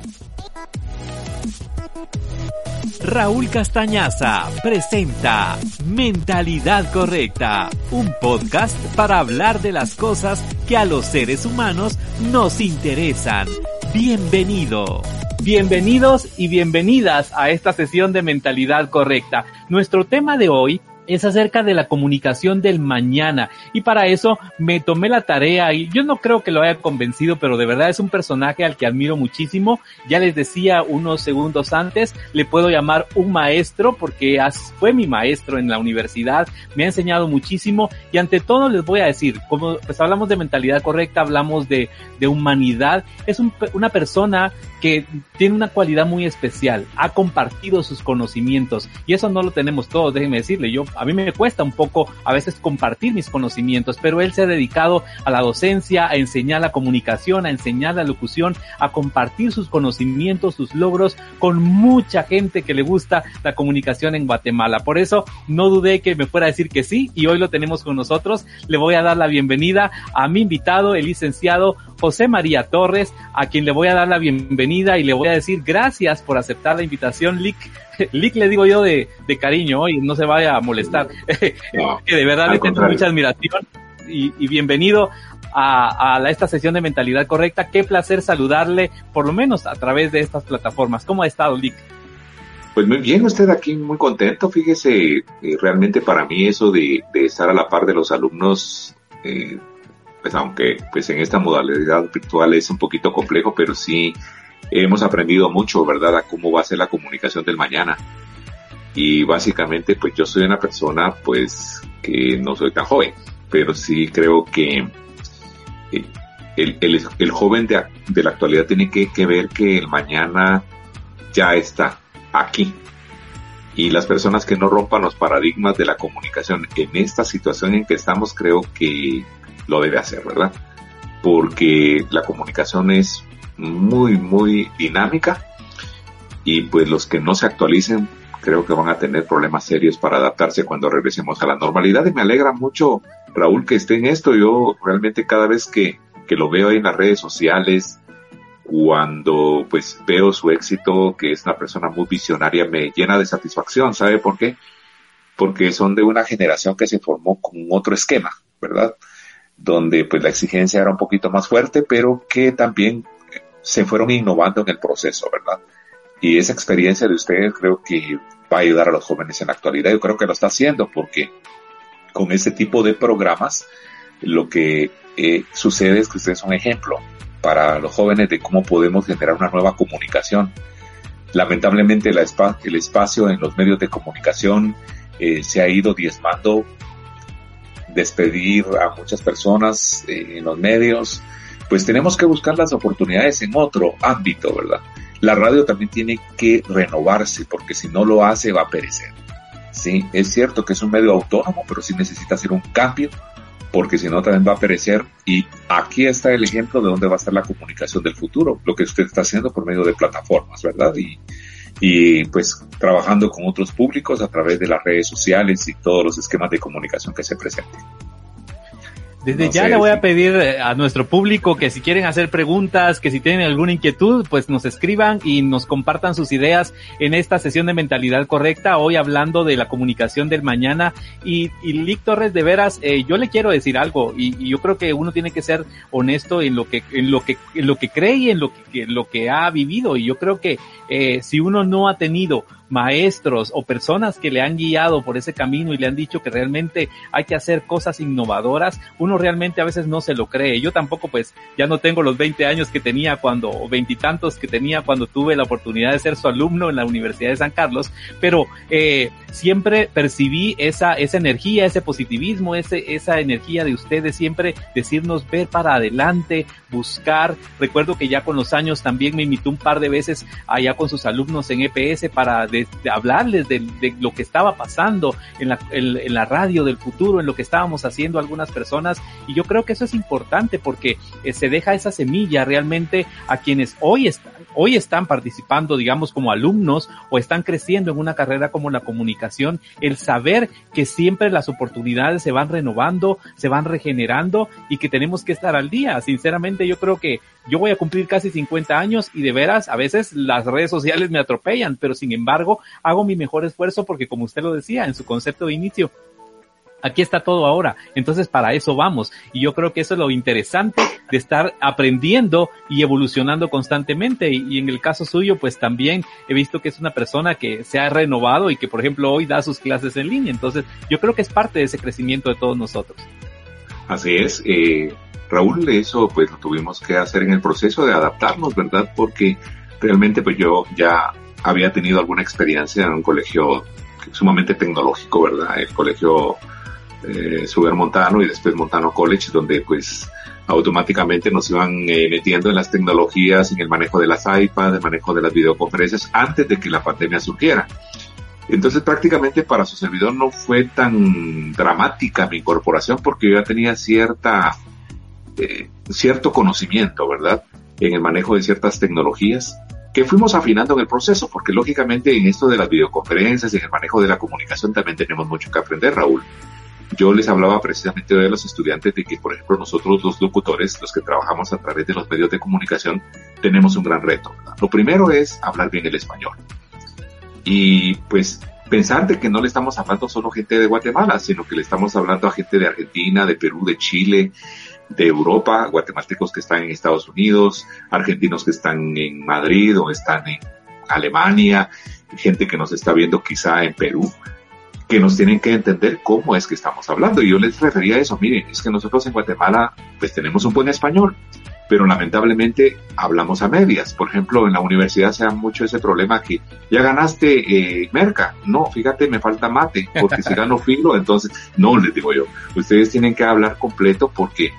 Raúl Castañaza presenta Mentalidad Correcta, un podcast para hablar de las cosas que a los seres humanos nos interesan. Bienvenido. Bienvenidos y bienvenidas a esta sesión de Mentalidad Correcta. Nuestro tema de hoy es acerca de la comunicación del mañana, y para eso me tomé la tarea, y yo no creo que lo haya convencido, pero de verdad es un personaje al que admiro muchísimo. Ya les decía unos segundos antes, le puedo llamar un maestro porque fue mi maestro en la universidad, me ha enseñado muchísimo, y ante todo les voy a decir, como pues hablamos de mentalidad correcta, hablamos de humanidad, es una persona que tiene una cualidad muy especial, ha compartido sus conocimientos, y eso no lo tenemos todos, déjenme decirle. A mí me cuesta un poco a veces compartir mis conocimientos, pero él se ha dedicado a la docencia, a enseñar la comunicación, a enseñar la locución, a compartir sus conocimientos, sus logros con mucha gente que le gusta la comunicación en Guatemala. Por eso no dudé que me fuera a decir que sí, y hoy lo tenemos con nosotros. Le voy a dar la bienvenida a mi invitado, el licenciado José María Torres, a quien le voy a dar la bienvenida y le voy a decir gracias por aceptar la invitación, Lic. Lic le digo yo de cariño hoy, no se vaya a molestar, no, que de verdad le tengo mucha admiración, y bienvenido a esta sesión de Mentalidad Correcta. Qué placer saludarle, por lo menos a través de estas plataformas. ¿Cómo ha estado, Lic? Pues muy bien, usted aquí muy contento, fíjese, realmente para mí eso de estar a la par de los alumnos, pues aunque pues en esta modalidad virtual es un poquito complejo, pero sí hemos aprendido mucho, ¿verdad?, a cómo va a ser la comunicación del mañana. Y básicamente pues yo soy una persona pues que no soy tan joven, pero sí creo que el joven de la actualidad tiene que ver que el mañana ya está aquí. Y las personas que no rompan los paradigmas de la comunicación en esta situación en que estamos, creo que lo debe hacer, ¿verdad? Porque la comunicación es muy, muy dinámica, y pues los que no se actualicen creo que van a tener problemas serios para adaptarse cuando regresemos a la normalidad. Y me alegra mucho, Raúl, que esté en esto. Yo realmente cada vez que lo veo ahí en las redes sociales, cuando pues veo su éxito, que es una persona muy visionaria, me llena de satisfacción. ¿Sabe por qué? Porque son de una generación que se formó con otro esquema, ¿verdad?, donde pues la exigencia era un poquito más fuerte, pero que también se fueron innovando en el proceso, ¿verdad? Y esa experiencia de ustedes creo que va a ayudar a los jóvenes en la actualidad. Yo creo que lo está haciendo, porque con este tipo de programas lo que sucede es que ustedes son ejemplo para los jóvenes de cómo podemos generar una nueva comunicación. Lamentablemente el espacio en los medios de comunicación se ha ido diezmando, despedir a muchas personas en los medios. Pues tenemos que buscar las oportunidades en otro ámbito, ¿verdad? La radio también tiene que renovarse, porque si no lo hace va a perecer. Sí, es cierto que es un medio autónomo, pero sí necesita hacer un cambio, porque si no también va a perecer. Y aquí está el ejemplo de dónde va a estar la comunicación del futuro, lo que usted está haciendo por medio de plataformas, ¿verdad? Y pues trabajando con otros públicos a través de las redes sociales y todos los esquemas de comunicación que se presenten. Desde ya le voy a pedir a nuestro público que si quieren hacer preguntas, que si tienen alguna inquietud, pues nos escriban y nos compartan sus ideas en esta sesión de Mentalidad Correcta, hoy hablando de la comunicación del mañana. Y Lic Torres, de veras, yo le quiero decir algo, y yo creo que uno tiene que ser honesto en lo que cree y en lo que ha vivido. Y yo creo que si uno no ha tenido maestros o personas que le han guiado por ese camino y le han dicho que realmente hay que hacer cosas innovadoras, uno realmente a veces no se lo cree. Yo tampoco, pues ya no tengo los 20 años que tenía o 20 y tantos que tenía cuando tuve la oportunidad de ser su alumno en la Universidad de San Carlos, pero siempre percibí esa energía, ese positivismo, esa energía de ustedes, siempre decirnos ver para adelante, buscar. Recuerdo que ya con los años también me invitó un par de veces allá con sus alumnos en EPS para de hablarles de lo que estaba pasando en la radio del futuro, en lo que estábamos haciendo algunas personas, y yo creo que eso es importante porque se deja esa semilla realmente a quienes hoy están participando, digamos, como alumnos o están creciendo en una carrera como la comunicación, el saber que siempre las oportunidades se van renovando, se van regenerando y que tenemos que estar al día. Sinceramente, yo creo que yo voy a cumplir casi 50 años y de veras, a veces las redes sociales me atropellan, pero sin embargo, hago mi mejor esfuerzo porque, como usted lo decía en su concepto de inicio, aquí está todo ahora, entonces para eso vamos, y yo creo que eso es lo interesante de estar aprendiendo y evolucionando constantemente, y en el caso suyo pues también he visto que es una persona que se ha renovado y que por ejemplo hoy da sus clases en línea, entonces yo creo que es parte de ese crecimiento de todos nosotros. Así es, Raúl, eso pues lo tuvimos que hacer en el proceso de adaptarnos, ¿verdad? Porque realmente pues yo ya había tenido alguna experiencia en un colegio sumamente tecnológico, ¿verdad? El colegio Suber Montano y después Montano College, donde pues automáticamente nos iban metiendo en las tecnologías, en el manejo de las iPads, el manejo de las videoconferencias antes de que la pandemia surgiera. Entonces prácticamente para su servidor no fue tan dramática mi incorporación porque yo ya tenía cierto conocimiento, ¿verdad? En el manejo de ciertas tecnologías que fuimos afinando en el proceso, porque lógicamente en esto de las videoconferencias y en el manejo de la comunicación también tenemos mucho que aprender, Raúl. Yo les hablaba precisamente de los estudiantes de que, por ejemplo, nosotros los locutores, los que trabajamos a través de los medios de comunicación, tenemos un gran reto, ¿verdad? Lo primero es hablar bien el español. Y pues pensar de que no le estamos hablando solo a gente de Guatemala, sino que le estamos hablando a gente de Argentina, de Perú, de Chile, de Europa, guatemaltecos que están en Estados Unidos, argentinos que están en Madrid o están en Alemania, gente que nos está viendo quizá en Perú, que nos tienen que entender cómo es que estamos hablando. Y yo les refería a eso, miren, es que nosotros en Guatemala pues tenemos un buen español, pero lamentablemente hablamos a medias. Por ejemplo, en la universidad se da mucho ese problema que ya ganaste merca. No, fíjate, me falta mate, porque si gano filo, entonces no, les digo yo. Ustedes tienen que hablar completo porque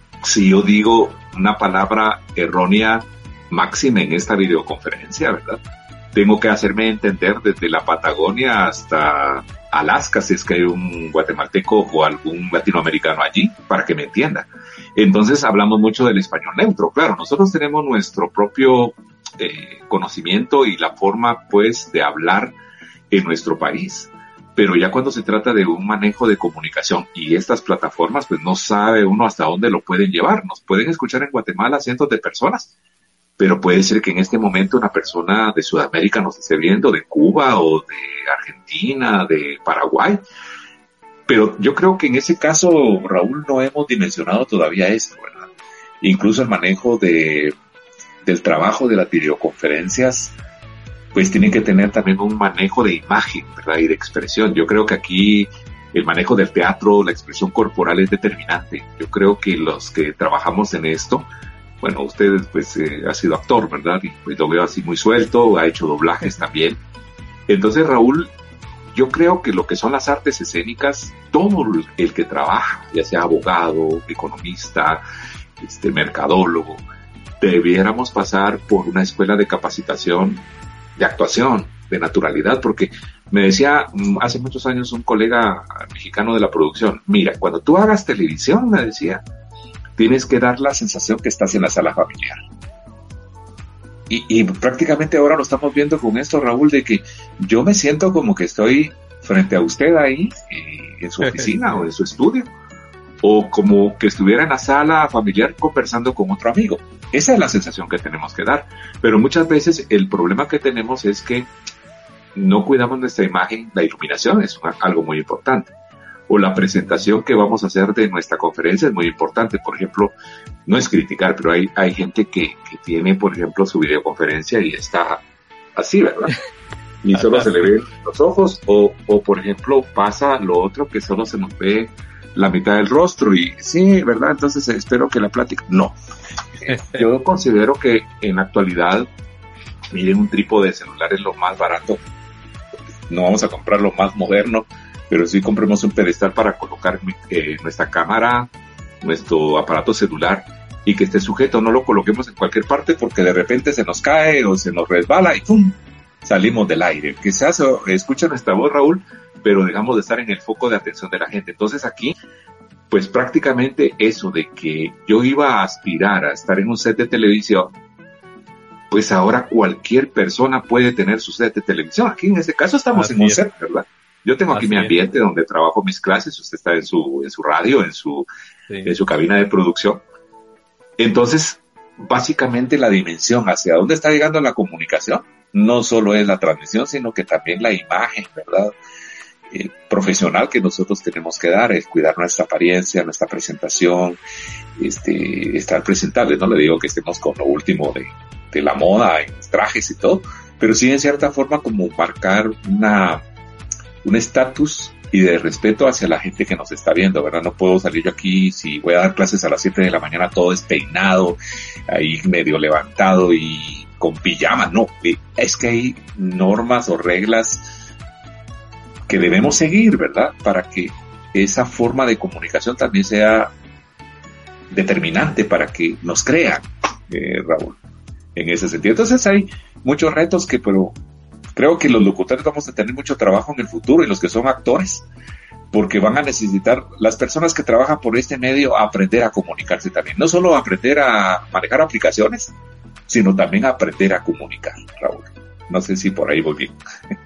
si yo digo una palabra errónea máxima en esta videoconferencia, ¿verdad? Tengo que hacerme entender desde la Patagonia hasta Alaska, si es que hay un guatemalteco o algún latinoamericano allí, para que me entienda. Entonces hablamos mucho del español neutro. Claro, nosotros tenemos nuestro propio conocimiento y la forma, pues, de hablar en nuestro país. Pero ya cuando se trata de un manejo de comunicación y estas plataformas, pues no sabe uno hasta dónde lo pueden llevar. Nos pueden escuchar en Guatemala cientos de personas, pero puede ser que en este momento una persona de Sudamérica nos esté viendo, de Cuba o de Argentina, de Paraguay. Pero yo creo que en ese caso, Raúl, no hemos dimensionado todavía esto, ¿verdad? Incluso el manejo del trabajo de las videoconferencias, pues tienen que tener también un manejo de imagen, ¿verdad? Y de expresión. Yo creo que aquí el manejo del teatro, la expresión corporal es determinante. Yo creo que los que trabajamos en esto, bueno, usted pues ha sido actor, ¿verdad? Y pues lo veo así muy suelto, ha hecho doblajes también. Entonces, Raúl, yo creo que lo que son las artes escénicas, todo el que trabaja, ya sea abogado, economista, mercadólogo, debiéramos pasar por una escuela de capacitación de actuación, de naturalidad, porque me decía hace muchos años un colega mexicano de la producción, mira, cuando tú hagas televisión, me decía, tienes que dar la sensación que estás en la sala familiar. Y prácticamente ahora lo estamos viendo con esto, Raúl, de que yo me siento como que estoy frente a usted ahí, en su oficina o en su estudio, o como que estuviera en la sala familiar conversando con otro amigo. Esa es la sensación que tenemos que dar. Pero muchas veces el problema que tenemos es que no cuidamos nuestra imagen. La iluminación es algo muy importante. O la presentación que vamos a hacer de nuestra conferencia es muy importante. Por ejemplo, no es criticar, pero hay gente que tiene, por ejemplo, su videoconferencia y está así, ¿verdad? Y solo se le ven los ojos, o por ejemplo, pasa lo otro que solo se nos ve la mitad del rostro y sí, ¿verdad? Entonces espero que la plática... No. Yo considero que en la actualidad, miren, un trípode de celular es lo más barato. No vamos a comprar lo más moderno, pero sí compremos un pedestal para colocar nuestra cámara, nuestro aparato celular y que esté sujeto. No lo coloquemos en cualquier parte porque de repente se nos cae o se nos resbala y ¡pum! Salimos del aire. Quizás escucha nuestra voz, Raúl, pero dejamos de estar en el foco de atención de la gente. Entonces aquí, pues prácticamente eso de que yo iba a aspirar a estar en un set de televisión, pues ahora cualquier persona puede tener su set de televisión. Aquí en este caso estamos en un set, ¿verdad? Yo tengo aquí mi ambiente donde trabajo mis clases, usted está en su radio, en su cabina de producción. Entonces, básicamente la dimensión hacia dónde está llegando la comunicación. No solo es la transmisión, sino que también la imagen, ¿verdad? Profesional que nosotros tenemos que dar, es cuidar nuestra apariencia, nuestra presentación, estar presentables. No le digo que estemos con lo último de la moda en trajes y todo, pero sí en cierta forma como marcar un estatus y de respeto hacia la gente que nos está viendo, ¿verdad? No puedo salir yo aquí, si voy a dar clases a las 7 de la mañana, todo despeinado, ahí medio levantado y con pijama. No, es que hay normas o reglas que debemos seguir, ¿verdad? Para que esa forma de comunicación también sea determinante para que nos crean, Raúl, en ese sentido. Entonces hay muchos retos pero creo que los locutores vamos a tener mucho trabajo en el futuro, y los que son actores, porque van a necesitar, las personas que trabajan por este medio, a aprender a comunicarse también. No solo aprender a manejar aplicaciones, sino también a aprender a comunicar, Raúl. No sé si por ahí voy bien.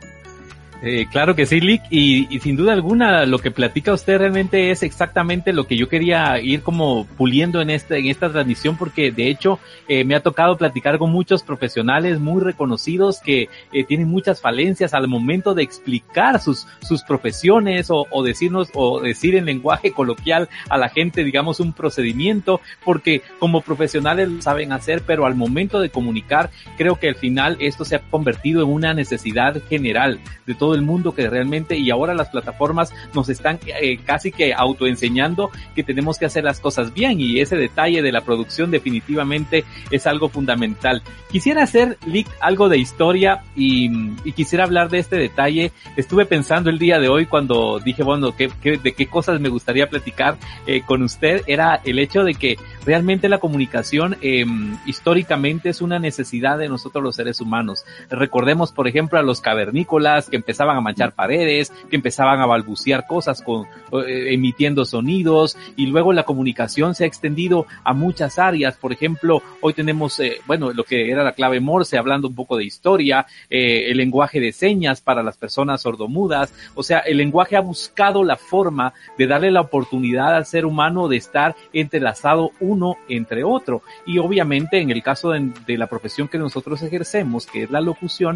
Claro que sí, Lick, y sin duda alguna lo que platica usted realmente es exactamente lo que yo quería ir como puliendo en esta transmisión, porque de hecho me ha tocado platicar con muchos profesionales muy reconocidos que tienen muchas falencias al momento de explicar sus profesiones o decir en lenguaje coloquial a la gente, digamos, un procedimiento, porque como profesionales lo saben hacer, pero al momento de comunicar, creo que al final esto se ha convertido en una necesidad general de todo el mundo, que realmente, y ahora las plataformas nos están casi que autoenseñando que tenemos que hacer las cosas bien, y ese detalle de la producción definitivamente es algo fundamental. Quisiera hacer, Lick, algo de historia y quisiera hablar de este detalle. Estuve pensando el día de hoy cuando dije, bueno, de qué cosas me gustaría platicar con usted. Era el hecho de que realmente la comunicación históricamente es una necesidad de nosotros los seres humanos. Recordemos, por ejemplo, a los cavernícolas que empezaban a manchar paredes, que empezaban a balbucear cosas emitiendo sonidos, y luego la comunicación se ha extendido a muchas áreas. Por ejemplo, hoy tenemos, lo que era la clave Morse, hablando un poco de historia, el lenguaje de señas para las personas sordomudas. O sea, el lenguaje ha buscado la forma de darle la oportunidad al ser humano de estar entrelazado uno entre otro, y obviamente en el caso de la profesión que nosotros ejercemos, que es la locución,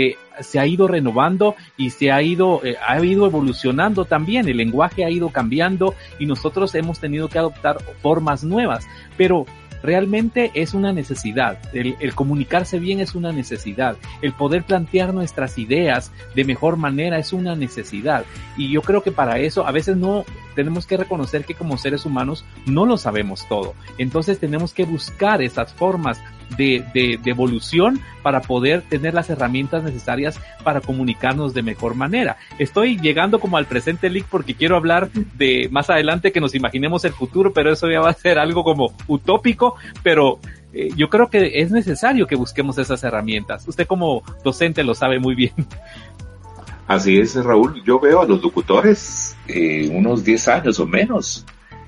se ha ido renovando y ha ido evolucionando también. El lenguaje ha ido cambiando y nosotros hemos tenido que adoptar formas nuevas, pero realmente es una necesidad. El comunicarse bien es una necesidad. El poder plantear nuestras ideas de mejor manera es una necesidad. Y yo creo que para eso a veces no tenemos que reconocer que como seres humanos no lo sabemos todo. Entonces tenemos que buscar esas formas de evolución para poder tener las herramientas necesarias para comunicarnos de mejor manera. Estoy llegando como al presente, Lick, porque quiero hablar de más adelante que nos imaginemos el futuro, pero eso ya va a ser algo como utópico, pero yo creo que es necesario que busquemos esas herramientas. Usted como docente lo sabe muy bien. Así es, Raúl. Yo veo a los locutores unos 10 años o menos,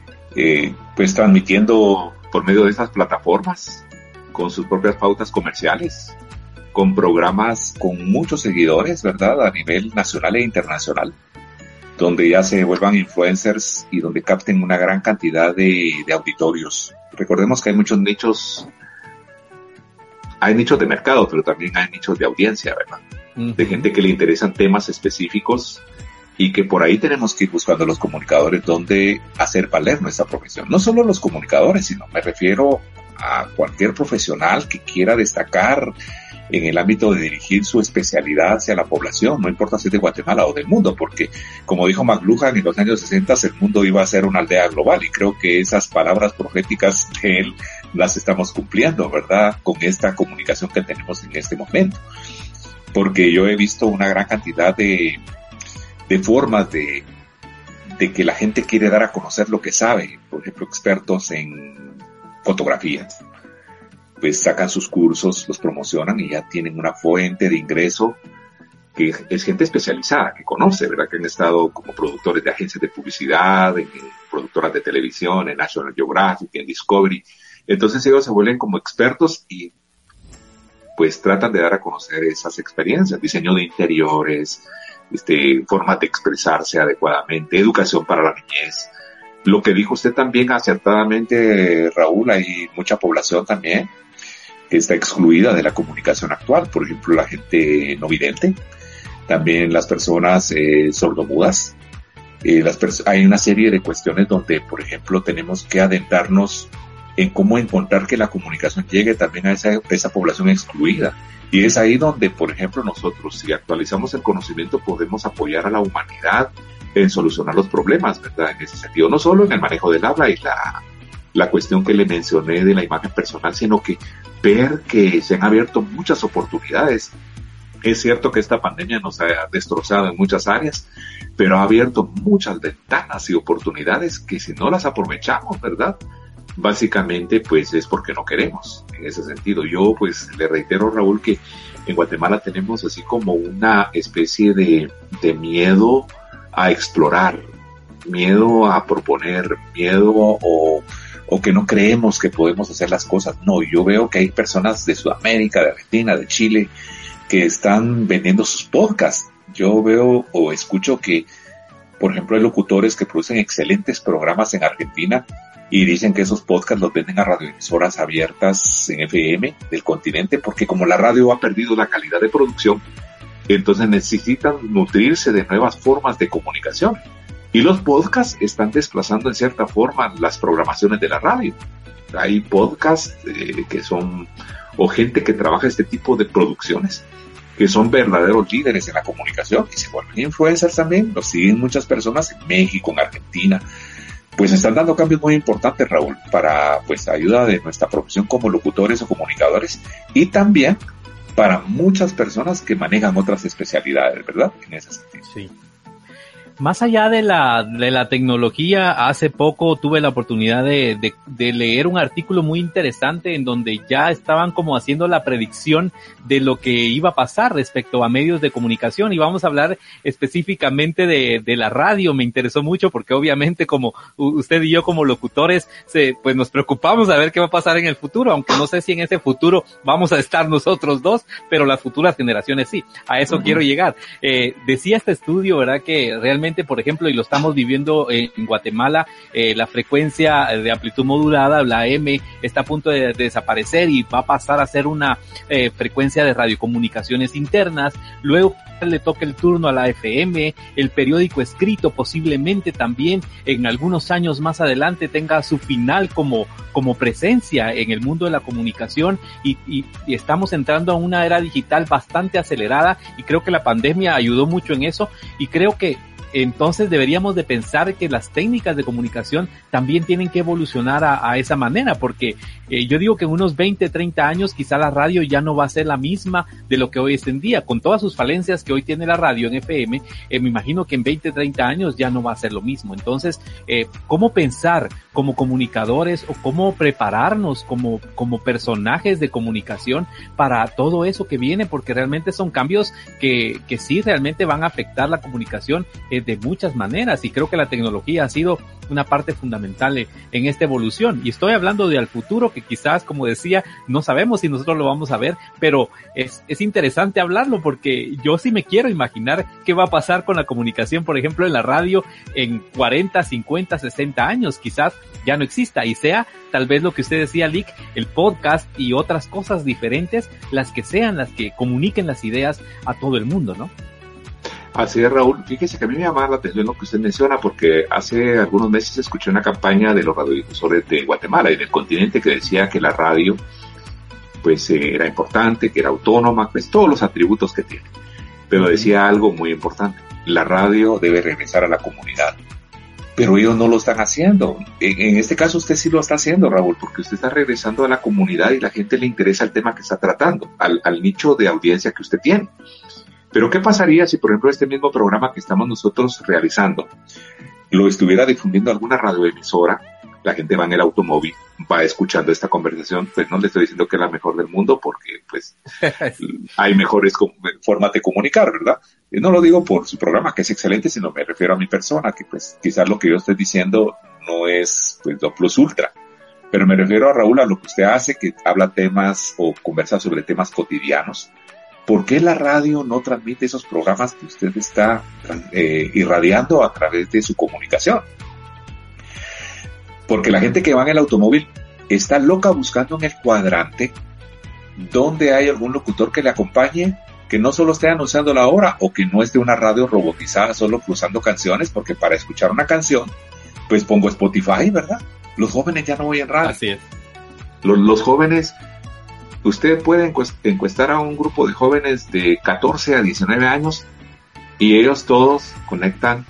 pues transmitiendo por medio de esas plataformas, con sus propias pautas comerciales, con programas con muchos seguidores, ¿verdad?, a nivel nacional e internacional, donde ya se vuelvan influencers y donde capten una gran cantidad de auditorios. Recordemos que hay muchos nichos, hay nichos de mercado, pero también hay nichos de audiencia, ¿verdad? De gente que le interesan temas específicos, y que por ahí tenemos que ir buscando los comunicadores donde hacer valer nuestra profesión. No solo los comunicadores, sino me refiero a cualquier profesional que quiera destacar en el ámbito de dirigir su especialidad hacia la población, no importa si es de Guatemala o del mundo, porque como dijo McLuhan en los años 60, el mundo iba a ser una aldea global, y creo que esas palabras proféticas de él las estamos cumpliendo, ¿verdad?, con esta comunicación que tenemos en este momento, porque yo he visto una gran cantidad de formas de que la gente quiere dar a conocer lo que sabe. Por ejemplo, expertos en fotografía, pues sacan sus cursos, los promocionan y ya tienen una fuente de ingreso que es gente especializada, que conoce, ¿verdad?, que han estado como productores de agencias de publicidad, en productoras de televisión, en National Geographic, en Discovery. Entonces ellos se vuelven como expertos y pues tratan de dar a conocer esas experiencias, diseño de interiores, formas de expresarse adecuadamente, educación para la niñez, Lo que dijo usted también acertadamente, Raúl, hay mucha población también que está excluida de la comunicación actual. Por ejemplo, la gente no vidente, también las personas sordomudas. Hay una serie de cuestiones donde, por ejemplo, tenemos que adentrarnos en cómo encontrar que la comunicación llegue también a esa población excluida. Y es ahí donde, por ejemplo, nosotros, si actualizamos el conocimiento, podemos apoyar a la humanidad en solucionar los problemas, ¿verdad? En ese sentido, no solo en el manejo del habla y la cuestión que le mencioné de la imagen personal, sino que ver que se han abierto muchas oportunidades. Es cierto que esta pandemia nos ha destrozado en muchas áreas, pero ha abierto muchas ventanas y oportunidades que si no las aprovechamos, ¿verdad? Básicamente, pues es porque no queremos, en ese sentido. Yo, pues, le reitero, Raúl, que en Guatemala tenemos así como una especie de miedo a explorar, miedo a proponer, miedo o que no creemos que podemos hacer las cosas. No, yo veo que hay personas de Sudamérica, de Argentina, de Chile, que están vendiendo sus podcasts. Yo veo o escucho que, por ejemplo, hay locutores que producen excelentes programas en Argentina y dicen que esos podcasts los venden a radioemisoras abiertas en FM del continente, porque como la radio ha perdido la calidad de producción, entonces necesitan nutrirse de nuevas formas de comunicación. Y los podcasts están desplazando en cierta forma las programaciones de la radio. Hay podcasts que son, o gente que trabaja este tipo de producciones, que son verdaderos líderes en la comunicación y se vuelven influencers también. Los siguen muchas personas en México, en Argentina. Pues están dando cambios muy importantes, Raúl, para pues ayuda de nuestra profesión como locutores o comunicadores y también para muchas personas que manejan otras especialidades, ¿verdad? En ese sentido. Sí. Más allá de la tecnología, hace poco tuve la oportunidad de leer un artículo muy interesante en donde ya estaban como haciendo la predicción de lo que iba a pasar respecto a medios de comunicación, y vamos a hablar específicamente de la radio. Me interesó mucho porque obviamente como usted y yo como locutores pues nos preocupamos a ver qué va a pasar en el futuro, aunque no sé si en ese futuro vamos a estar nosotros dos, pero las futuras generaciones sí. A eso quiero llegar. Decía este estudio, ¿verdad?, que realmente, por ejemplo, y lo estamos viviendo en Guatemala, la frecuencia de amplitud modulada, la AM, está a punto de desaparecer y va a pasar a ser una frecuencia de radiocomunicaciones internas. Luego le toca el turno a la FM, el periódico escrito posiblemente también en algunos años más adelante tenga su final como presencia en el mundo de la comunicación, y estamos entrando a una era digital bastante acelerada, y creo que la pandemia ayudó mucho en eso, y creo que entonces deberíamos de pensar que las técnicas de comunicación también tienen que evolucionar a esa manera, porque yo digo que en unos 20, 30 años quizá la radio ya no va a ser la misma de lo que hoy es en día, con todas sus falencias que hoy tiene la radio en FM. Me imagino que en 20, 30 años ya no va a ser lo mismo. Entonces, ¿cómo pensar como comunicadores o cómo prepararnos como personajes de comunicación para todo eso que viene? Porque realmente son cambios que sí realmente van a afectar la comunicación de muchas maneras, y creo que la tecnología ha sido una parte fundamental en esta evolución. Y estoy hablando de al futuro, que quizás, como decía, no sabemos si nosotros lo vamos a ver, pero es interesante hablarlo, porque yo sí me quiero imaginar qué va a pasar con la comunicación, por ejemplo, en la radio en 40, 50, 60 años. Quizás ya no exista y sea tal vez lo que usted decía, Lick, el podcast y otras cosas diferentes, las que sean las que comuniquen las ideas a todo el mundo, ¿no? Así es, Raúl. Fíjese que a mí me llama la atención lo que usted menciona, porque hace algunos meses escuché una campaña de los radiodifusores de Guatemala y del continente que decía que la radio pues era importante, que era autónoma, pues todos los atributos que tiene. Pero decía algo muy importante: la radio debe regresar a la comunidad. Pero ellos no lo están haciendo. En este caso usted sí lo está haciendo, Raúl, porque usted está regresando a la comunidad y la gente le interesa el tema que está tratando, al nicho de audiencia que usted tiene. Pero ¿qué pasaría si, por ejemplo, este mismo programa que estamos nosotros realizando lo estuviera difundiendo alguna radioemisora? La gente va en el automóvil, va escuchando esta conversación. Pues no le estoy diciendo que es la mejor del mundo, porque pues hay mejores formas de comunicar, ¿verdad? Y no lo digo por su programa, que es excelente, sino me refiero a mi persona, que pues quizás lo que yo estoy diciendo no es pues lo plus ultra. Pero me refiero a Raúl, a lo que usted hace, que habla temas o conversa sobre temas cotidianos. ¿Por qué la radio no transmite esos programas que usted está irradiando a través de su comunicación? Porque la gente que va en el automóvil está loca buscando en el cuadrante donde hay algún locutor que le acompañe, que no solo esté anunciando la hora o que no esté una radio robotizada solo cruzando canciones, porque para escuchar una canción, pues pongo Spotify, ¿verdad? Los jóvenes ya no oyen radio. Así es. Los jóvenes, usted puede encuestar a un grupo de jóvenes de 14 a 19 años y ellos todos conectan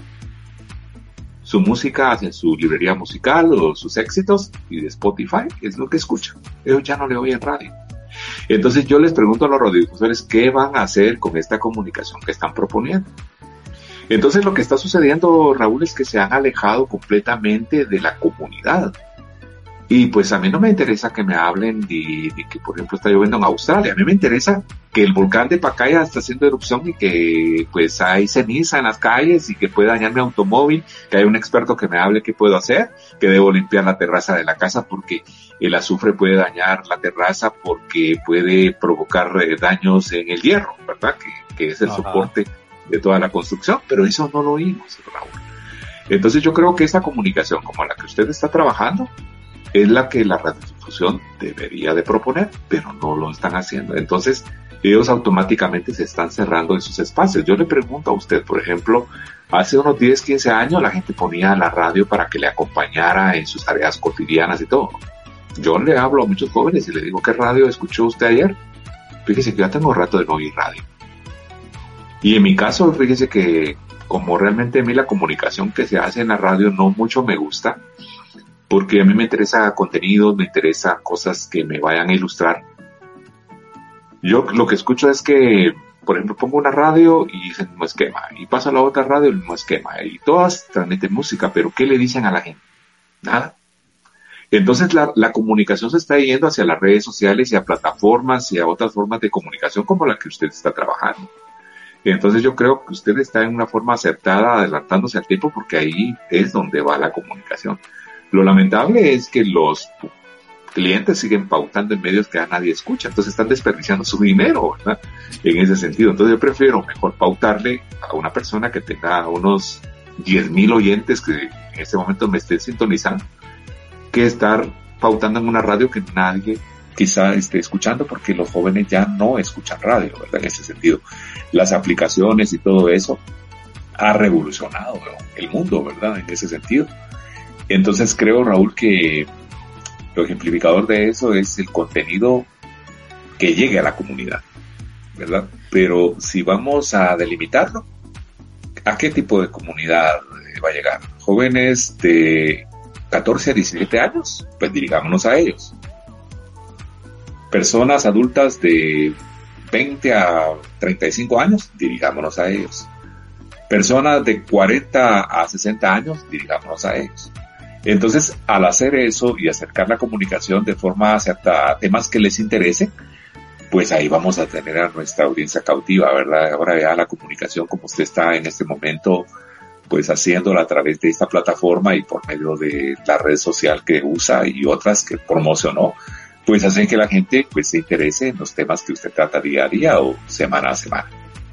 su música hacia su librería musical o sus éxitos y de Spotify es lo que escuchan. Ellos ya no le oyen radio. Entonces yo les pregunto a los radiodifusores qué van a hacer con esta comunicación que están proponiendo. Entonces lo que está sucediendo, Raúl, es que se han alejado completamente de la comunidad. Y pues a mí no me interesa que me hablen de que, por ejemplo, está lloviendo en Australia. A mí me interesa que el volcán de Pacaya está haciendo erupción y que pues hay ceniza en las calles y que puede dañar mi automóvil, que hay un experto que me hable qué puedo hacer, que debo limpiar la terraza de la casa porque el azufre puede dañar la terraza porque puede provocar daños en el hierro, ¿verdad? Que es el soporte de toda la construcción, pero eso no lo oímos, Raúl. Entonces yo creo que esta comunicación como la que usted está trabajando es la que la radiodifusión debería de proponer, pero no lo están haciendo. Entonces, ellos automáticamente se están cerrando esos espacios. Yo le pregunto a usted, por ejemplo, hace unos 10, 15 años la gente ponía la radio para que le acompañara en sus tareas cotidianas y todo. Yo le hablo a muchos jóvenes y le digo, ¿qué radio escuchó usted ayer? Fíjese que ya tengo rato de no oír radio. Y en mi caso, fíjese que como realmente a mí la comunicación que se hace en la radio no mucho me gusta, porque a mí me interesa contenidos, me interesa cosas que me vayan a ilustrar. Yo lo que escucho es que, por ejemplo, pongo una radio y dicen el mismo esquema, y paso a la otra radio el mismo esquema, y todas transmiten música, pero ¿qué le dicen a la gente? Nada. Entonces la comunicación se está yendo hacia las redes sociales y a plataformas y a otras formas de comunicación como la que usted está trabajando. Entonces yo creo que usted está en una forma acertada, adelantándose al tiempo, porque ahí es donde va la comunicación. Lo lamentable es que los clientes siguen pautando en medios que a nadie escucha, entonces están desperdiciando su dinero, ¿verdad? En ese sentido. Entonces yo prefiero mejor pautarle a una persona que tenga unos 10,000 oyentes que en este momento me estén sintonizando, que estar pautando en una radio que nadie quizá esté escuchando, porque los jóvenes ya no escuchan radio, ¿verdad? En ese sentido. Las aplicaciones y todo eso ha revolucionado el mundo, ¿verdad? En ese sentido. Entonces creo, Raúl, que lo ejemplificador de eso es el contenido que llegue a la comunidad, ¿verdad? Pero si vamos a delimitarlo, ¿a qué tipo de comunidad va a llegar? ¿Jóvenes de 14 a 17 años? Pues dirigámonos a ellos. ¿Personas adultas de 20 a 35 años? Dirigámonos a ellos. ¿Personas de 40 a 60 años? Dirigámonos a ellos. Entonces, al hacer eso y acercar la comunicación de forma hacia temas que les interesen, pues ahí vamos a tener a nuestra audiencia cautiva, ¿verdad? Ahora ya la comunicación como usted está en este momento, pues haciéndola a través de esta plataforma y por medio de la red social que usa y otras que promocionó, pues hacen que la gente pues se interese en los temas que usted trata día a día o semana a semana.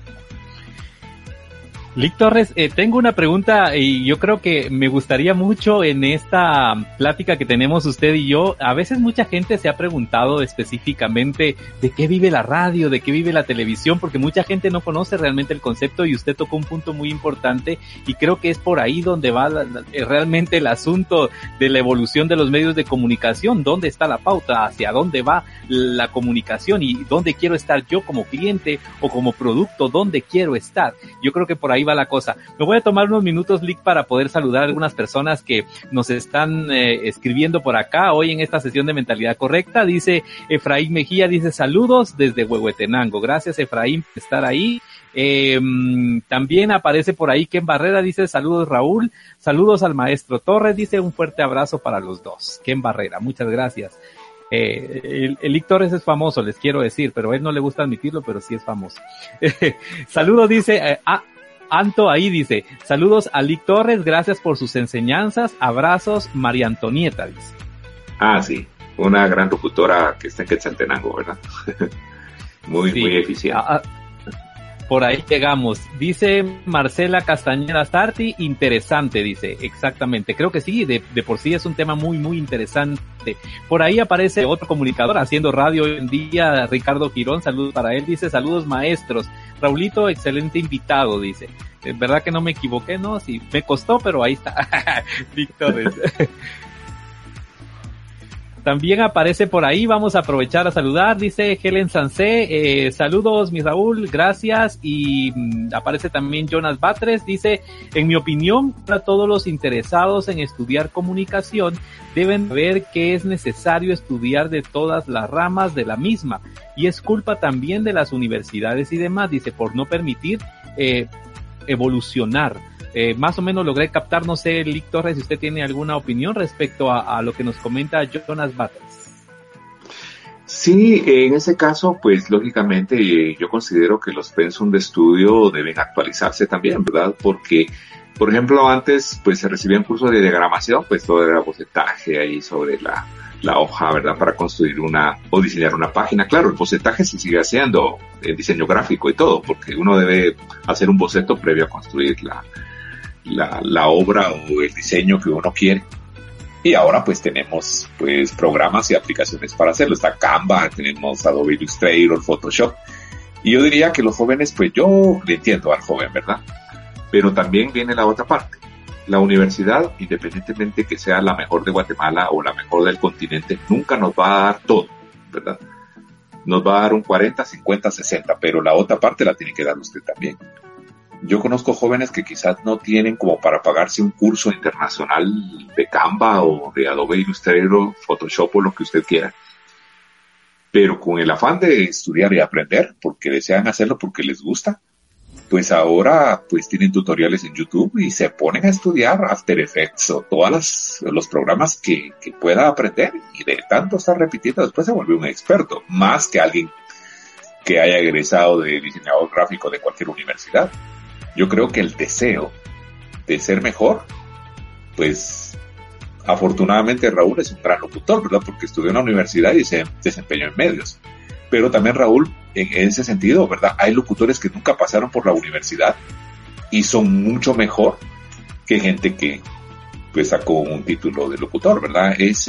Lic Torres, tengo una pregunta y yo creo que me gustaría mucho en esta plática que tenemos usted y yo. A veces mucha gente se ha preguntado específicamente de qué vive la radio, de qué vive la televisión, porque mucha gente no conoce realmente el concepto y usted tocó un punto muy importante y creo que es por ahí donde va realmente el asunto de la evolución de los medios de comunicación. ¿Dónde está la pauta? ¿Hacia dónde va la comunicación? ¿Y dónde quiero estar yo como cliente o como producto? ¿Dónde quiero estar? Yo creo que por ahí va la cosa. Me voy a tomar unos minutos, Lic, para poder saludar a algunas personas que nos están escribiendo por acá hoy en esta sesión de Mentalidad Correcta. Dice Efraín Mejía, dice saludos desde Huehuetenango. Gracias, Efraín, por estar ahí. También aparece por ahí Ken Barrera, dice saludos Raúl, saludos al maestro Torres, dice un fuerte abrazo para los dos. Ken Barrera, muchas gracias. El Lic Torres es famoso, les quiero decir, pero a él no le gusta admitirlo, pero sí es famoso. Saludos, dice Anto ahí dice, saludos a Lic Torres, gracias por sus enseñanzas, abrazos, María Antonieta, dice. Ah, sí, una gran locutora que está en Quetzaltenango, ¿verdad? Muy eficiente. Por ahí llegamos. Dice Marcela Castañeda Sarti, interesante, dice, exactamente. Creo que sí, de por sí es un tema muy, muy interesante. Por ahí aparece otro comunicador haciendo radio hoy en día, Ricardo Quirón, saludos para él, dice, saludos maestros. Raulito, excelente invitado, dice. ¿Verdad que no me equivoqué? No, sí, me costó, pero ahí está. Víctor. También aparece por ahí, vamos a aprovechar a saludar, dice Helen Sansé, saludos mi Raúl, gracias, y aparece también Jonas Batres, dice, en mi opinión, para todos los interesados en estudiar comunicación, deben ver que es necesario estudiar de todas las ramas de la misma, y es culpa también de las universidades y demás, dice, por no permitir evolucionar. Más o menos logré captar, no sé, Lic Torres, si usted tiene alguna opinión respecto a lo que nos comenta Jonas Batres. Sí, en ese caso, pues lógicamente yo considero que los pensum de estudio deben actualizarse también, ¿verdad? Porque, por ejemplo, antes pues se recibían cursos de diagramación, pues todo era bocetaje ahí sobre la hoja, ¿verdad? Para construir o diseñar una página. Claro, el bocetaje se sigue haciendo en diseño gráfico y todo, porque uno debe hacer un boceto previo a construir la obra o el diseño que uno quiere. Y ahora pues tenemos pues programas y aplicaciones para hacerlo. Está Canva, tenemos Adobe Illustrator, Photoshop. Y yo diría que los jóvenes, pues yo le entiendo al joven, ¿verdad? Pero también viene la otra parte. La universidad, independientemente que sea la mejor de Guatemala o la mejor del continente, nunca nos va a dar todo, ¿verdad? Nos va a dar un 40, 50, 60, pero la otra parte la tiene que dar usted también. Yo conozco jóvenes que quizás no tienen como para pagarse un curso internacional de Canva o de Adobe Illustrator, Photoshop o lo que usted quiera. Pero con el afán de estudiar y aprender, porque desean hacerlo porque les gusta, pues ahora pues tienen tutoriales en YouTube y se ponen a estudiar After Effects o todos los programas que pueda aprender, y de tanto estar repitiendo después se vuelve un experto, más que alguien que haya egresado de diseñador gráfico de cualquier universidad. Yo creo que el deseo de ser mejor, pues afortunadamente Raúl es un gran locutor, ¿verdad? Porque estudió en la universidad y se desempeñó en medios. Pero también Raúl, en ese sentido, ¿verdad? Hay locutores que nunca pasaron por la universidad y son mucho mejor que gente que pues sacó un título de locutor, ¿verdad? Es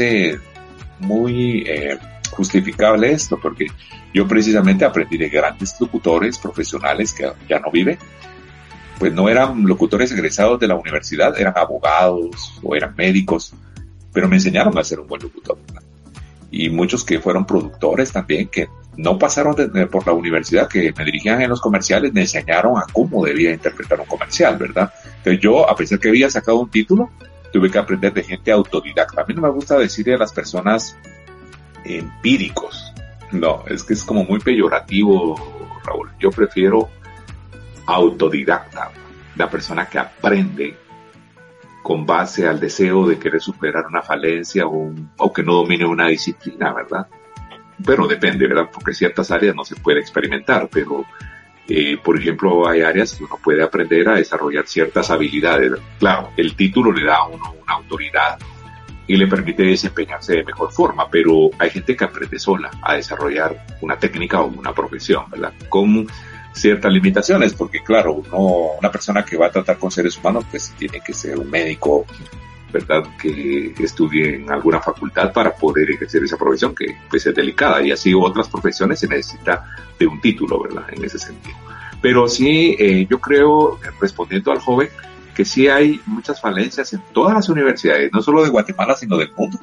muy justificable esto, porque yo precisamente aprendí de grandes locutores profesionales que ya no viven. Pues no eran locutores egresados de la universidad, eran abogados o eran médicos, pero me enseñaron a ser un buen locutor, ¿verdad? Y muchos que fueron productores también, que no pasaron por la universidad, que me dirigían en los comerciales, me enseñaron a cómo debía interpretar un comercial, ¿verdad? Entonces yo, a pesar que había sacado un título, tuve que aprender de gente autodidacta. A mí no me gusta decirle a las personas empíricos, no, es que es como muy peyorativo, Raúl. Yo prefiero autodidacta, la persona que aprende con base al deseo de querer superar una falencia o que no domine una disciplina, ¿verdad? Pero depende, ¿verdad? Porque ciertas áreas no se puede experimentar, pero por ejemplo hay áreas que uno puede aprender a desarrollar ciertas habilidades. Claro, el título le da a uno una autoridad y le permite desempeñarse de mejor forma, pero hay gente que aprende sola a desarrollar una técnica o una profesión, ¿verdad? Con ciertas limitaciones, porque claro, una persona que va a tratar con seres humanos, pues tiene que ser un médico, ¿verdad? Que estudie en alguna facultad para poder ejercer esa profesión, que pues es delicada, y así otras profesiones se necesita de un título, ¿verdad? En ese sentido. Pero sí, yo creo, respondiendo al joven, que sí hay muchas falencias en todas las universidades, no solo de Guatemala, sino del mundo.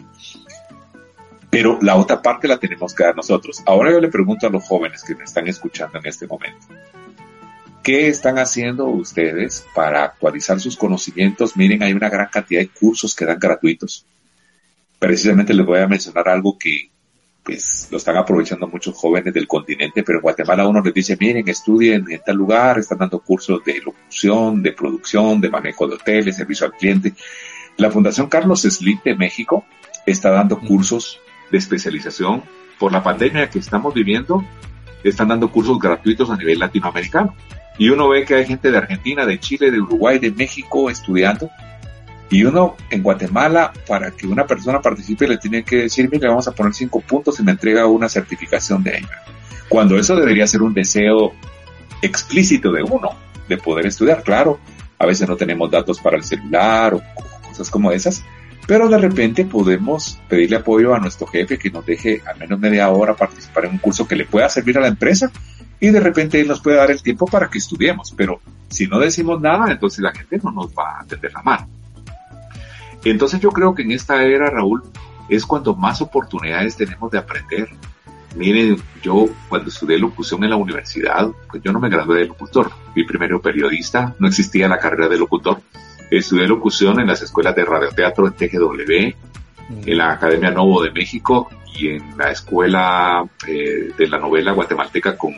Pero la otra parte la tenemos que dar nosotros. Ahora yo le pregunto a los jóvenes que me están escuchando en este momento, ¿qué están haciendo ustedes para actualizar sus conocimientos? Miren, hay una gran cantidad de cursos que dan gratuitos. Precisamente les voy a mencionar algo que pues lo están aprovechando muchos jóvenes del continente, pero en Guatemala uno les dice, miren, estudien en tal lugar, están dando cursos de locución, de producción, de manejo de hoteles, servicio al cliente. La Fundación Carlos Slim de México está dando cursos de especialización. Por la pandemia que estamos viviendo, están dando cursos gratuitos a nivel latinoamericano. Y uno ve que hay gente de Argentina, de Chile, de Uruguay, de México estudiando. Y uno en Guatemala, para que una persona participe, le tiene que decir, mire, vamos a poner 5 puntos y me entrega una certificación de ella. Cuando eso debería ser un deseo explícito de uno, de poder estudiar. Claro, a veces no tenemos datos para el celular o cosas como esas, pero de repente podemos pedirle apoyo a nuestro jefe que nos deje al menos media hora participar en un curso que le pueda servir a la empresa y de repente él nos puede dar el tiempo para que estudiemos. Pero si no decimos nada, entonces la gente no nos va a tender la mano. Entonces yo creo que en esta era, Raúl, es cuando más oportunidades tenemos de aprender. Miren, yo cuando estudié locución en la universidad, pues yo no me gradué de locutor, fui primero periodista, no existía la carrera de locutor. Estudié locución en las escuelas de radioteatro en TGW, en la Academia Novo de México y en la escuela de la novela guatemalteca con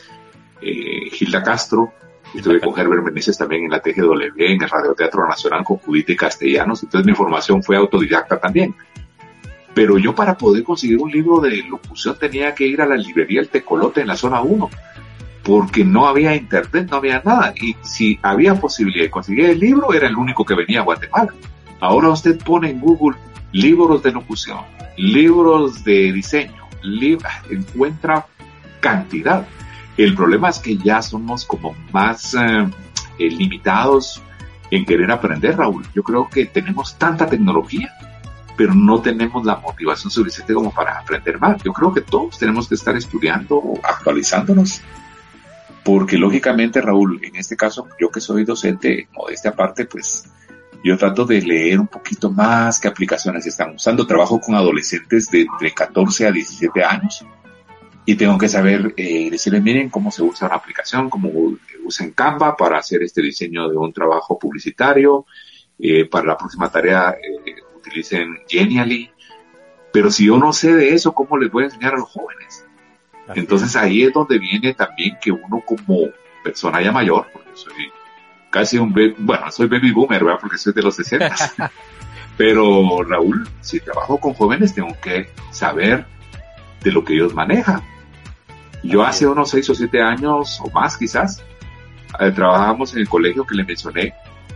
Gilda Castro. Estuve con Herbert Meneses también en la TGW, en el Radioteatro Nacional con Judith y Castellanos. Entonces mi formación fue autodidacta también. Pero yo para poder conseguir un libro de locución tenía que ir a la librería El Tecolote en la zona 1. Porque no había internet, no había nada. Y si había posibilidad de conseguir el libro, era el único que venía a Guatemala. Ahora usted pone en Google libros de locución, libros de diseño, encuentra cantidad. El problema es que ya somos como más limitados en querer aprender, Raúl. Yo creo que tenemos tanta tecnología, pero no tenemos la motivación suficiente como para aprender más. Yo creo que todos tenemos que estar estudiando, actualizándonos. Porque lógicamente, Raúl, en este caso, yo que soy docente, modestia aparte, pues yo trato de leer un poquito más qué aplicaciones están usando. Trabajo con adolescentes de entre 14 a 17 años y tengo que saber decirles, miren cómo se usa una aplicación, cómo usan Canva para hacer este diseño de un trabajo publicitario. Para la próxima tarea utilicen Genially. Pero si yo no sé de eso, ¿cómo les voy a enseñar a los jóvenes? Entonces ahí es donde viene también que uno como persona ya mayor, porque soy casi soy baby boomer, ¿verdad? Porque soy de los 60. Pero Raúl, si trabajo con jóvenes tengo que saber de lo que ellos manejan. Yo hace unos 6 o 7 años o más quizás, trabajábamos en el colegio que le mencioné,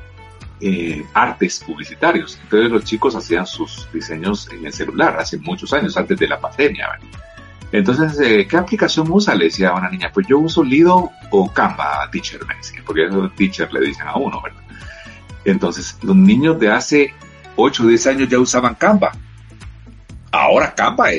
artes publicitarios. Entonces los chicos hacían sus diseños en el celular hace muchos años, antes de la pandemia, ¿verdad? Entonces, ¿qué aplicación usa? Le decía a una niña, pues yo uso Lido o Canva, teacher, me decía, porque eso teacher le dicen a uno, ¿verdad? Entonces, los niños de hace 8 o 10 años ya usaban Canva. Ahora Canva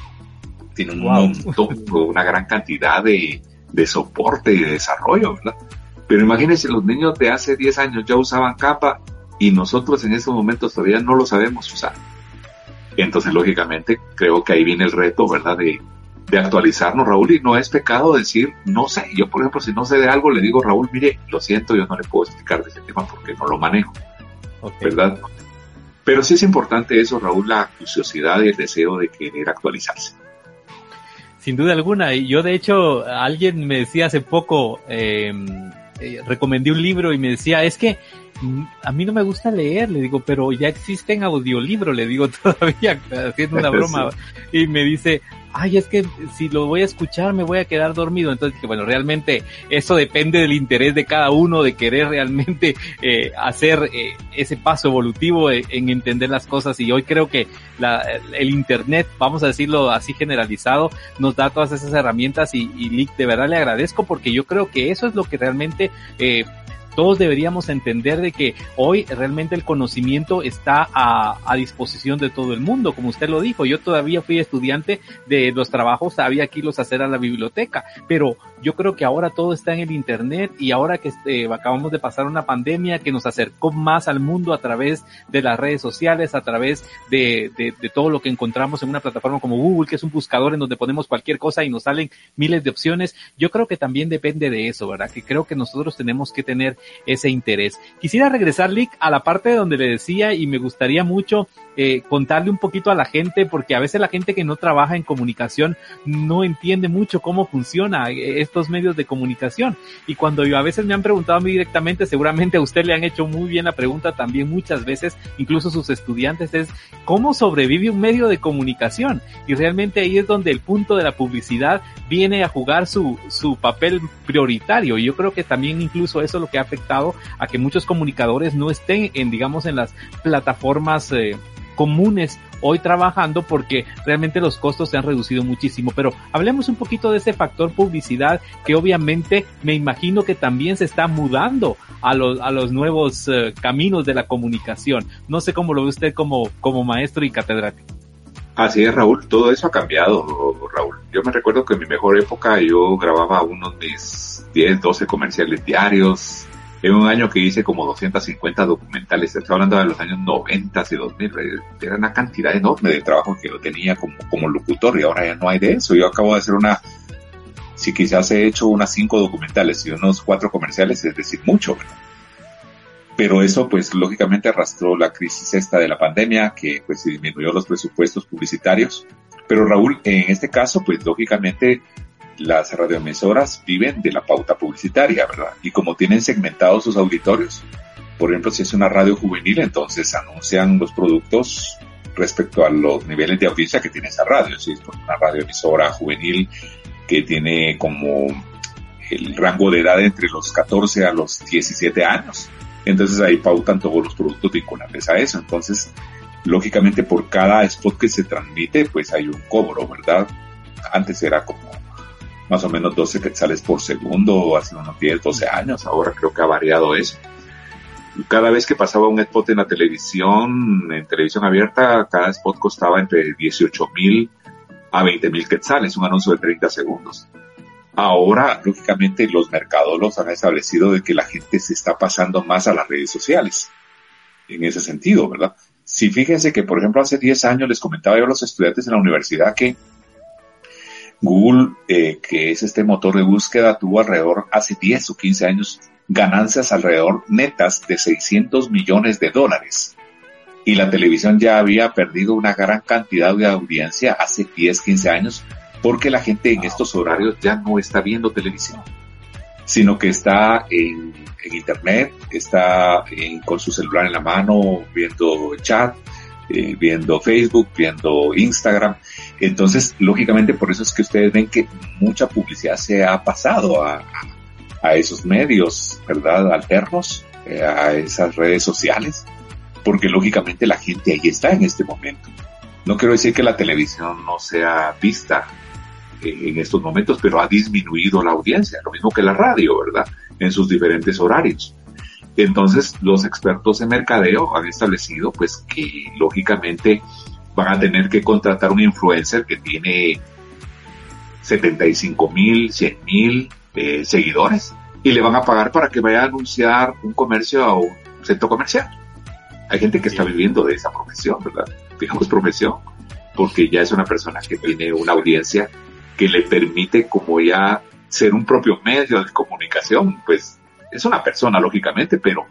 tiene un montón, una gran cantidad de soporte y de desarrollo, ¿verdad? Pero imagínense, los niños de hace 10 años ya usaban Canva y nosotros en estos momentos todavía no lo sabemos usar. Entonces, lógicamente, creo que ahí viene el reto, ¿verdad? De actualizarnos, Raúl, y no es pecado decir, no sé. Yo, por ejemplo, si no sé de algo, le digo, Raúl, mire, lo siento, yo no le puedo explicar de ese tema porque no lo manejo, ¿verdad? Pero sí es importante eso, Raúl, la curiosidad y el deseo de querer actualizarse. Sin duda alguna. Y yo, de hecho, alguien me decía hace poco, recomendé un libro y me decía, es que a mí no me gusta leer, le digo, pero ya existen audiolibros, le digo todavía, haciendo una broma, y me dice, ay, es que si lo voy a escuchar me voy a quedar dormido. Entonces, que bueno, realmente eso depende del interés de cada uno, de querer realmente hacer ese paso evolutivo en entender las cosas. Y hoy creo que el internet, vamos a decirlo así generalizado, nos da todas esas herramientas y Lick, de verdad le agradezco, porque yo creo que eso es lo que realmente todos deberíamos entender, de que hoy realmente el conocimiento está a disposición de todo el mundo, como usted lo dijo. Yo todavía fui estudiante de los trabajos, había que irlos a hacer a la biblioteca, pero yo creo que ahora todo está en el internet, y ahora que acabamos de pasar una pandemia que nos acercó más al mundo a través de las redes sociales, a través de todo lo que encontramos en una plataforma como Google, que es un buscador en donde ponemos cualquier cosa y nos salen miles de opciones. Yo creo que también depende de eso, ¿verdad? Que creo que nosotros tenemos que tener ese interés. Quisiera regresar, Lick, a la parte donde le decía, y me gustaría mucho contarle un poquito a la gente, porque a veces la gente que no trabaja en comunicación no entiende mucho cómo funciona estos medios de comunicación. Y cuando a veces me han preguntado a mí directamente, seguramente a usted le han hecho muy bien la pregunta también muchas veces, incluso sus estudiantes, es ¿cómo sobrevive un medio de comunicación? Y realmente ahí es donde el punto de la publicidad viene a jugar su papel prioritario. Y yo creo que también incluso eso es lo que ha afectado a que muchos comunicadores no estén en las plataformas comunes hoy trabajando porque realmente los costos se han reducido muchísimo. Pero hablemos un poquito de ese factor publicidad que obviamente me imagino que también se está mudando a los nuevos caminos de la comunicación. No sé cómo lo ve usted como maestro y catedrático. Así es, Raúl, todo eso ha cambiado, Raúl. Yo me recuerdo que en mi mejor época yo grababa unos mis 10, 12 comerciales diarios. En un año que hice como 250 documentales, estoy hablando de los años 90 y 2000, era una cantidad enorme de trabajo que yo tenía como locutor y ahora ya no hay de eso. Yo acabo de hacer si quizás he hecho unas 5 documentales y unos 4 comerciales, es decir, mucho, ¿verdad? Pero eso pues lógicamente arrastró la crisis esta de la pandemia que pues disminuyó los presupuestos publicitarios. Pero Raúl, en este caso pues lógicamente las radioemisoras viven de la pauta publicitaria, ¿verdad? Y como tienen segmentados sus auditorios, por ejemplo si es una radio juvenil entonces anuncian los productos respecto a los niveles de audiencia que tiene esa radio. Si es una radioemisora juvenil que tiene como el rango de edad entre los 14 a los 17 años. Entonces ahí pautan todos los productos vinculantes a eso. Entonces, lógicamente por cada spot que se transmite, pues hay un cobro, ¿verdad? Antes era como más o menos 12 quetzales por segundo, hace unos 10, 12 años. Ahora creo que ha variado eso. Cada vez que pasaba un spot en televisión abierta, cada spot costaba entre 18,000 a 20,000 quetzales, un anuncio de 30 segundos. Ahora, lógicamente, los mercadólogos han establecido de que la gente se está pasando más a las redes sociales. En ese sentido, ¿verdad? Si fíjense que, por ejemplo, hace 10 años les comentaba yo a los estudiantes en la universidad que Google, que es este motor de búsqueda, tuvo alrededor, hace 10 o 15 años, ganancias alrededor netas de $600 millones. Y la televisión ya había perdido una gran cantidad de audiencia hace 10, 15 años, porque la gente en estos horarios ya no está viendo televisión, sino que está en internet, está con su celular en la mano, viendo chat, viendo Facebook, viendo Instagram. Entonces, lógicamente, por eso es que ustedes ven que mucha publicidad se ha pasado a esos medios, ¿verdad? Alternos, a esas redes sociales, porque lógicamente la gente ahí está en este momento. No quiero decir que la televisión no sea vista en estos momentos, pero ha disminuido la audiencia, lo mismo que la radio, ¿verdad? En sus diferentes horarios. Entonces, los expertos en mercadeo han establecido, pues, que lógicamente van a tener que contratar un influencer que tiene 75,000, 100,000 seguidores y le van a pagar para que vaya a anunciar un comercio a un centro comercial. Hay gente que está viviendo de esa profesión, ¿verdad? Digamos profesión, porque ya es una persona que tiene una audiencia que le permite como ya ser un propio medio de comunicación. Pues es una persona, lógicamente, pero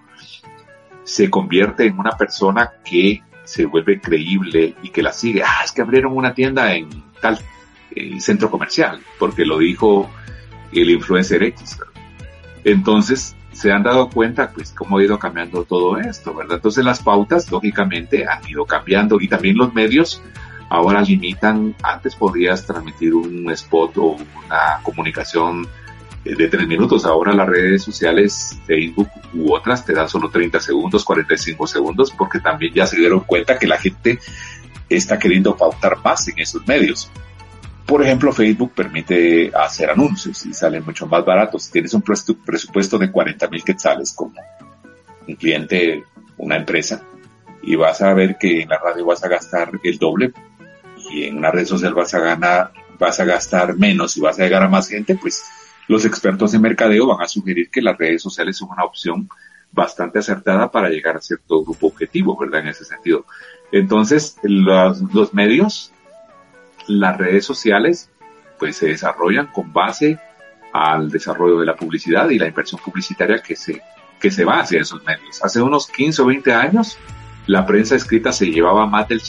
se convierte en una persona que se vuelve creíble y que la sigue. Es que abrieron una tienda en tal centro comercial, porque lo dijo el influencer X, ¿verdad? Entonces, se han dado cuenta, pues, cómo ha ido cambiando todo esto, ¿verdad? Entonces, las pautas, lógicamente, han ido cambiando y también los medios ahora limitan. Antes podías transmitir un spot o una comunicación de 3 minutos. Ahora las redes sociales, Facebook u otras, te dan solo 30 segundos, 45 segundos, porque también ya se dieron cuenta que la gente está queriendo pautar más en esos medios. Por ejemplo, Facebook permite hacer anuncios y salen mucho más baratos. Si tienes un presupuesto de 40,000 quetzales como un cliente, una empresa, y vas a ver que en la radio vas a gastar el doble y en una red social vas a gastar menos y vas a llegar a más gente, pues los expertos en mercadeo van a sugerir que las redes sociales son una opción bastante acertada para llegar a cierto grupo objetivo, ¿verdad? En ese sentido. Entonces, los medios, las redes sociales, pues se desarrollan con base al desarrollo de la publicidad y la inversión publicitaria que se va hacia esos medios. Hace unos 15 o 20 años, la prensa escrita se llevaba más del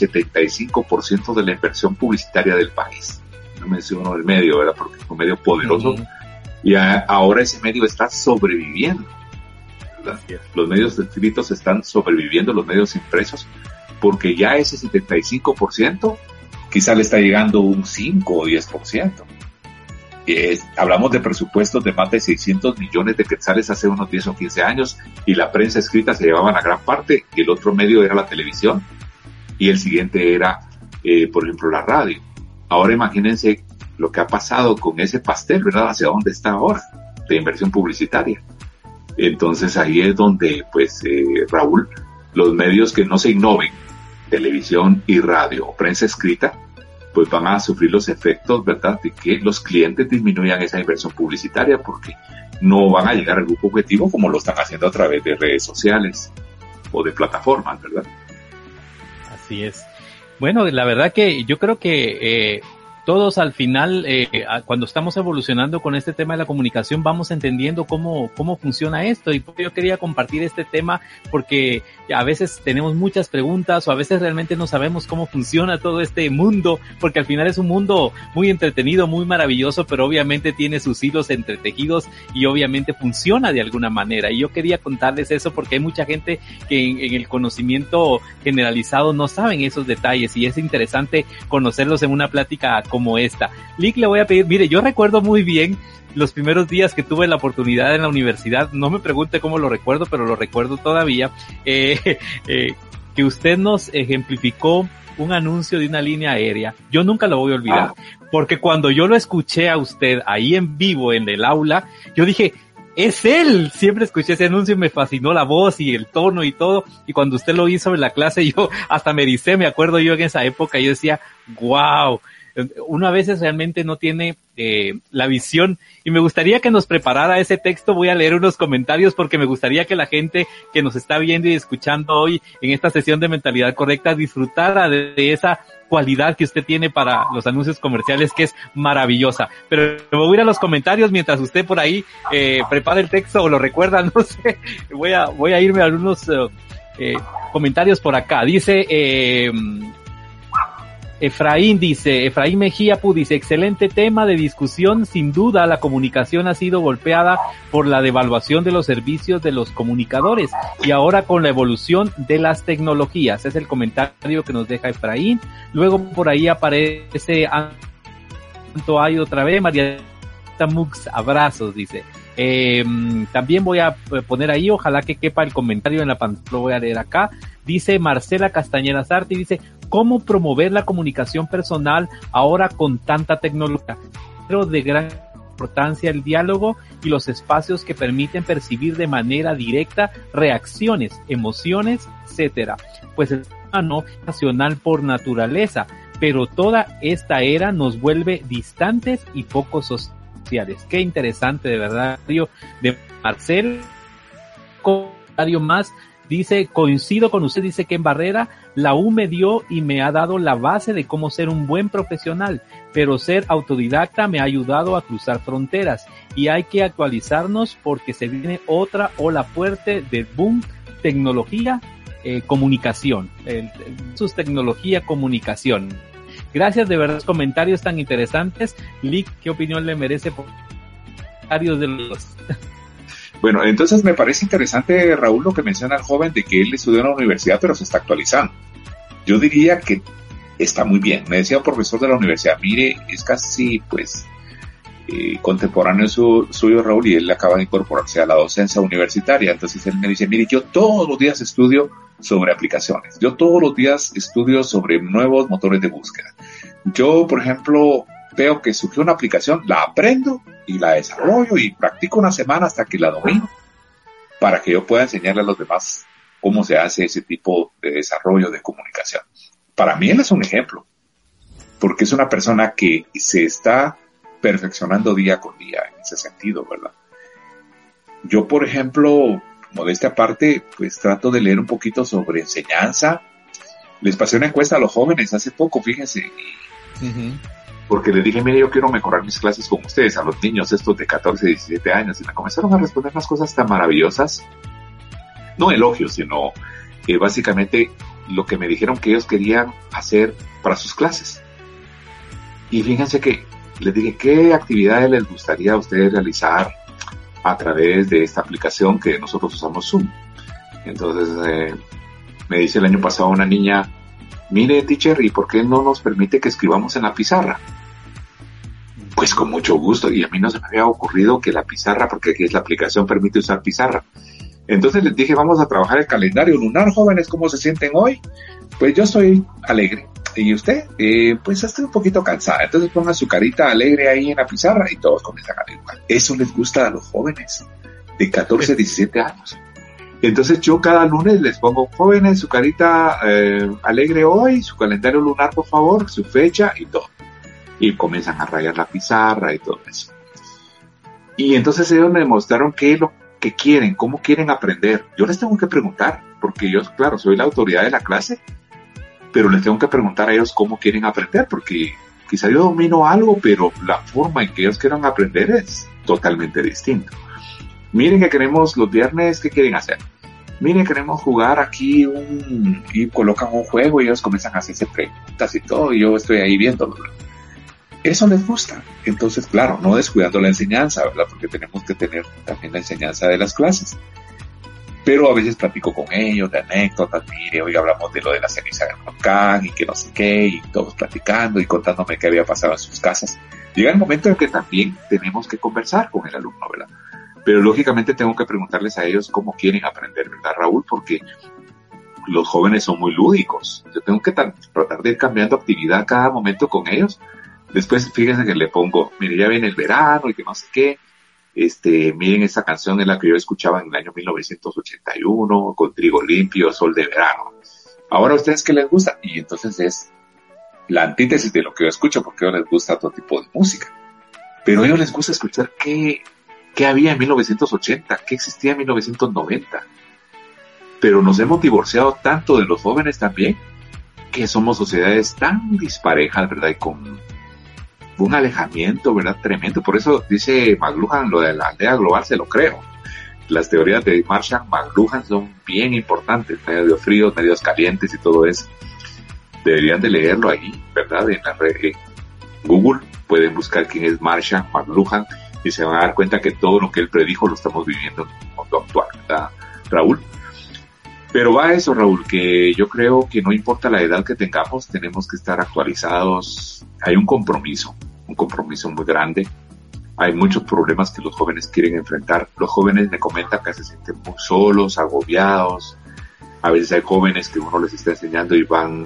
75% de la inversión publicitaria del país. No menciono el medio, ¿verdad? Porque es un medio poderoso. Y ahora ese medio está sobreviviendo, ¿verdad? Los medios escritos están sobreviviendo, los medios impresos, porque ya ese 75% quizá le está llegando un 5 o 10%. Hablamos de presupuestos de más de 600 millones de quetzales hace unos 10 o 15 años y la prensa escrita se llevaba la gran parte y el otro medio era la televisión y el siguiente era por ejemplo, la radio. Ahora imagínense lo que ha pasado con ese pastel, ¿verdad? Hacia dónde está ahora, de inversión publicitaria. Entonces ahí es donde, pues, Raúl, los medios que no se innoven, televisión y radio o prensa escrita, pues van a sufrir los efectos, ¿verdad?, de que los clientes disminuyan esa inversión publicitaria porque no van a llegar al grupo objetivo como lo están haciendo a través de redes sociales o de plataformas, ¿verdad? Así es. Bueno, la verdad que yo creo que todos al final, cuando estamos evolucionando con este tema de la comunicación, vamos entendiendo cómo funciona esto. Y yo quería compartir este tema porque a veces tenemos muchas preguntas o a veces realmente no sabemos cómo funciona todo este mundo, porque al final es un mundo muy entretenido, muy maravilloso, pero obviamente tiene sus hilos entretejidos y obviamente funciona de alguna manera. Y yo quería contarles eso porque hay mucha gente que en el conocimiento generalizado no saben esos detalles y es interesante conocerlos en una plática como esta. Lick, le voy a pedir, mire, yo recuerdo muy bien los primeros días que tuve la oportunidad en la universidad, no me pregunte cómo lo recuerdo, pero lo recuerdo todavía, que usted nos ejemplificó un anuncio de una línea aérea. Yo nunca lo voy a olvidar, porque cuando yo lo escuché a usted ahí en vivo en el aula, yo dije, es él. Siempre escuché ese anuncio y me fascinó la voz y el tono y todo. Y cuando usted lo hizo en la clase, yo hasta me ericé, me acuerdo yo en esa época, yo decía, wow. Uno a veces realmente no tiene la visión y me gustaría que nos preparara ese texto. Voy a leer unos comentarios porque me gustaría que la gente que nos está viendo y escuchando hoy en esta sesión de Mentalidad Correcta disfrutara de esa cualidad que usted tiene para los anuncios comerciales, que es maravillosa. Pero me voy a ir a los comentarios mientras usted por ahí prepara el texto o lo recuerda, no sé. Voy a irme a algunos comentarios por acá. Dice Efraín Mejía dice, excelente tema de discusión. Sin duda la comunicación ha sido golpeada por la devaluación de los servicios de los comunicadores y ahora con la evolución de las tecnologías. Es el comentario que nos deja Efraín. Luego por ahí aparece hay otra vez, María Mux, abrazos, dice. También voy a poner ahí, ojalá que quepa el comentario en la pantalla, lo voy a leer acá. Dice Marcela Castañeda Sarti, dice, ¿cómo promover la comunicación personal ahora con tanta tecnología? Pero de gran importancia el diálogo y los espacios que permiten percibir de manera directa reacciones, emociones, etcétera. Pues el humano es racional por naturaleza, pero toda esta era nos vuelve distantes y poco sociales. Qué interesante, de verdad, de Marcel. Comentario más. Dice, coincido con usted, dice que en Barrera la U me dio y me ha dado la base de cómo ser un buen profesional, pero ser autodidacta me ha ayudado a cruzar fronteras y hay que actualizarnos porque se viene otra ola fuerte del boom tecnología, comunicación, sus tecnología, comunicación. Gracias de verdad, comentarios tan interesantes. Lick, ¿qué opinión le merece por comentarios de los... Bueno, entonces me parece interesante, Raúl, lo que menciona el joven de que él estudió en la universidad, pero se está actualizando. Yo diría que está muy bien. Me decía un profesor de la universidad, mire, es casi, pues, contemporáneo suyo, Raúl, y él acaba de incorporarse a la docencia universitaria. Entonces él me dice, mire, yo todos los días estudio sobre aplicaciones. Yo todos los días estudio sobre nuevos motores de búsqueda. Yo, por ejemplo, veo que surgió una aplicación, la aprendo y la desarrollo y practico una semana hasta que la domino para que yo pueda enseñarle a los demás cómo se hace ese tipo de desarrollo de comunicación. Para mí él es un ejemplo, porque es una persona que se está perfeccionando día con día en ese sentido, ¿verdad? Yo, por ejemplo, modestia aparte, pues trato de leer un poquito sobre enseñanza. Les pasé una encuesta a los jóvenes hace poco, fíjense, porque les dije, mire, yo quiero mejorar mis clases con ustedes, a los niños estos de 14, 17 años, y me comenzaron a responder unas cosas tan maravillosas, no elogios, sino básicamente lo que me dijeron que ellos querían hacer para sus clases. Y fíjense que les dije, ¿qué actividades les gustaría a ustedes realizar a través de esta aplicación que nosotros usamos, Zoom? Entonces me dice el año pasado una niña, mire, teacher, ¿y por qué no nos permite que escribamos en la pizarra? Pues con mucho gusto, y a mí no se me había ocurrido que la pizarra, porque aquí es la aplicación, permite usar pizarra. Entonces les dije, vamos a trabajar el calendario lunar, jóvenes, ¿cómo se sienten hoy? Pues yo estoy alegre. ¿y usted? Pues estoy un poquito cansada. Entonces ponga su carita alegre ahí en la pizarra y todos comienzan a dibujar. Eso les gusta a los jóvenes de 14, 17 años. Entonces yo cada lunes les pongo, jóvenes, su carita alegre hoy, su calendario lunar, por favor, su fecha y todo. Y comienzan a rayar la pizarra y todo eso. Y entonces ellos me demostraron qué es lo que quieren, cómo quieren aprender. Yo les tengo que preguntar, porque yo, claro, soy la autoridad de la clase, pero les tengo que preguntar a ellos cómo quieren aprender, porque quizá yo domino algo, pero la forma en que ellos quieran aprender es totalmente distinta. Miren que queremos los viernes, ¿qué quieren hacer? Miren, queremos jugar aquí y colocan un juego y ellos comienzan a hacerse preguntas y todo, y yo estoy ahí viéndolo. Eso les gusta. Entonces, claro, no descuidando la enseñanza, ¿verdad? Porque tenemos que tener también la enseñanza de las clases. Pero a veces platico con ellos de anécdotas, mire, hoy hablamos de lo de la ceniza del volcán y que no sé qué, y todos platicando y contándome qué había pasado en sus casas. Llega el momento en que también tenemos que conversar con el alumno, ¿verdad? Pero lógicamente tengo que preguntarles a ellos cómo quieren aprender, ¿verdad, Raúl? Porque los jóvenes son muy lúdicos. Yo tengo que tratar de ir cambiando actividad cada momento con ellos. Después, fíjense que le pongo, mire, ya viene el verano y que no sé qué. Miren, esta canción es la que yo escuchaba en el año 1981, con Trigo Limpio, Sol de Verano. Ahora, ¿a ustedes qué les gusta? Y entonces es la antítesis de lo que yo escucho, porque a ellos les gusta otro tipo de música. Pero a ellos les gusta escuchar qué había en 1980, qué existía en 1990. Pero nos hemos divorciado tanto de los jóvenes también, que somos sociedades tan disparejas, ¿verdad? Y con un alejamiento, ¿verdad? Tremendo. Por eso dice McLuhan, lo de la aldea global, se lo creo. Las teorías de Marshall McLuhan son bien importantes, medios fríos, medios calientes y todo eso. Deberían de leerlo ahí, ¿verdad? En la red Google pueden buscar quién es Marshall McLuhan y se van a dar cuenta que todo lo que él predijo lo estamos viviendo en el mundo actual, ¿verdad, Raúl? Pero va eso, Raúl, que yo creo que no importa la edad que tengamos, tenemos que estar actualizados. Hay un compromiso muy grande. Hay muchos problemas que los jóvenes quieren enfrentar. Los jóvenes me comentan que se sienten muy solos, agobiados. A veces hay jóvenes que uno les está enseñando y van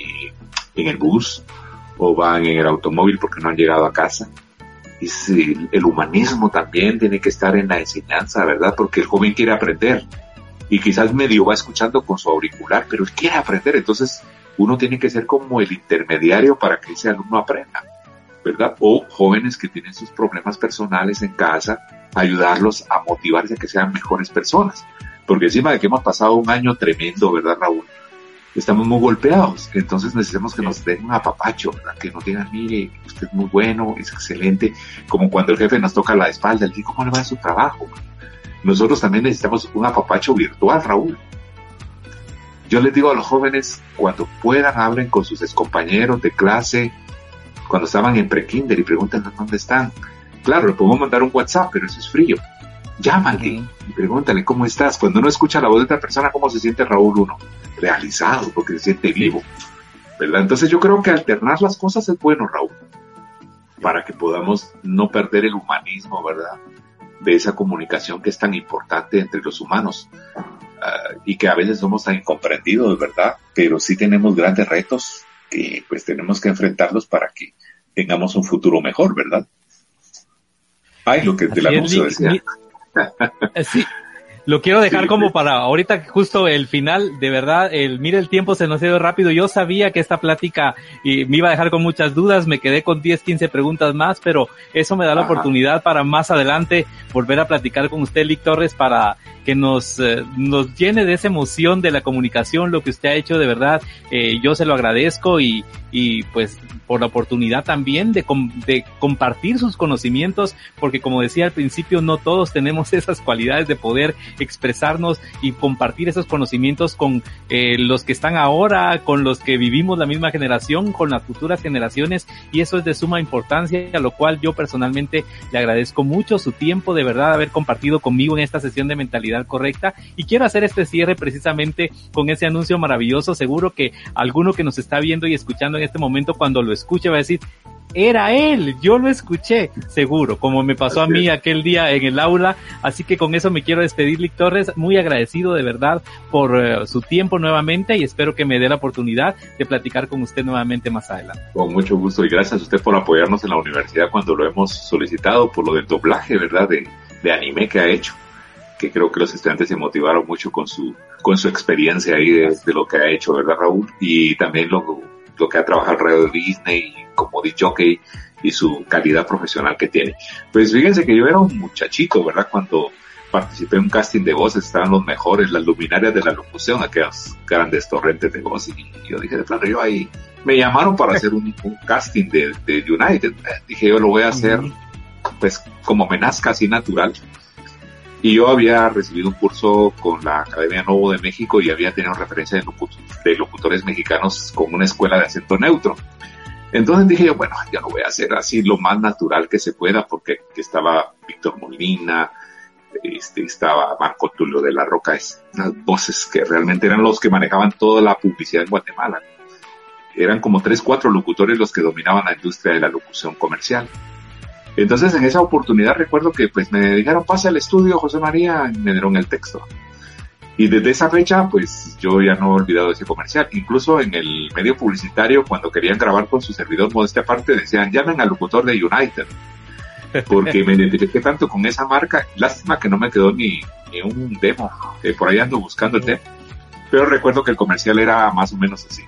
en el bus o van en el automóvil porque no han llegado a casa. Y el humanismo también tiene que estar en la enseñanza, ¿verdad? Porque el joven quiere aprender. Y quizás medio va escuchando con su auricular, pero él quiere aprender. Entonces, uno tiene que ser como el intermediario para que ese alumno aprenda, ¿verdad? O jóvenes que tienen sus problemas personales en casa, ayudarlos a motivarse a que sean mejores personas. Porque encima de que hemos pasado un año tremendo, ¿verdad, Raúl? Estamos muy golpeados. Entonces necesitamos que nos den un apapacho, ¿verdad? Que nos digan, mire, usted es muy bueno, es excelente. Como cuando el jefe nos toca la espalda, le dice, ¿cómo le va a su trabajo? Nosotros también necesitamos un apapacho virtual, Raúl. Yo les digo a los jóvenes, cuando puedan, hablen con sus excompañeros de clase, cuando estaban en prekinder y preguntan dónde están. Claro, le podemos mandar un WhatsApp, pero eso es frío. Llámale y pregúntale cómo estás. Cuando uno escucha la voz de otra persona, ¿cómo se siente, Raúl? Uno realizado, porque se siente vivo, ¿verdad? Entonces yo creo que alternar las cosas es bueno, Raúl, para que podamos no perder el humanismo, ¿verdad? De esa comunicación que es tan importante entre los humanos y que a veces somos tan incomprendidos, ¿verdad? Pero sí tenemos grandes retos que pues tenemos que enfrentarlos para que tengamos un futuro mejor, ¿verdad? Ay, lo que del anuncio decía. Sí. Lo quiero dejar como para ahorita justo el final, de verdad, mire, el tiempo se nos ha ido rápido. Yo sabía que esta plática me iba a dejar con muchas dudas, me quedé con 10, 15 preguntas más, pero eso me da la oportunidad para más adelante volver a platicar con usted, Lic Torres, para que nos llene de esa emoción de la comunicación, lo que usted ha hecho, de verdad, yo se lo agradezco y pues por la oportunidad también de compartir sus conocimientos, porque como decía al principio, no todos tenemos esas cualidades de poder expresarnos y compartir esos conocimientos con los que están ahora, con los que vivimos la misma generación, con las futuras generaciones, y eso es de suma importancia, a lo cual yo personalmente le agradezco mucho su tiempo, de verdad, haber compartido conmigo en esta sesión de mentalidad Mentalidad Correcta, y quiero hacer este cierre precisamente con ese anuncio maravilloso. Seguro que alguno que nos está viendo y escuchando en este momento, cuando lo escuche va a decir, era él, yo lo escuché, seguro, como me pasó a mí aquel día en el aula. Así que con eso me quiero despedir, Lic Torres, muy agradecido de verdad por su tiempo nuevamente, y espero que me dé la oportunidad de platicar con usted nuevamente más adelante. Con mucho gusto, y gracias a usted por apoyarnos en la universidad cuando lo hemos solicitado, por lo del doblaje, ¿verdad?, de anime que ha hecho, que creo que los estudiantes se motivaron mucho con su experiencia ahí de lo que ha hecho, ¿verdad, Raúl? Y también lo que ha trabajado alrededor de Disney como DJ y su calidad profesional que tiene. Pues fíjense que yo era un muchachito, ¿verdad? Cuando participé en un casting de voces, estaban los mejores, las luminarias de la locución, aquellos grandes torrentes de voz, y yo dije, de plano, yo ahí me llamaron para hacer un casting de United. Dije, yo lo voy a hacer pues como me nazca, así natural. Y yo había recibido un curso con la Academia Novo de México y había tenido referencia de locutores mexicanos con una escuela de acento neutro. Entonces dije yo, bueno, ya lo voy a hacer así lo más natural que se pueda, porque estaba Víctor Molina, estaba Marco Tulio de la Roca, unas voces que realmente eran los que manejaban toda la publicidad en Guatemala. Eran como 3-4 locutores los que dominaban la industria de la locución comercial. Entonces en esa oportunidad recuerdo que pues me dijeron, pase al estudio, José María, y me dieron el texto. Y desde esa fecha pues yo ya no he olvidado ese comercial. Incluso en el medio publicitario, cuando querían grabar con su servidor modestia aparte, decían, llamen al locutor de United. Porque me identifiqué tanto con esa marca. Lástima que no me quedó ni un demo. Por ahí ando buscando el demo. Pero recuerdo que el comercial era más o menos así,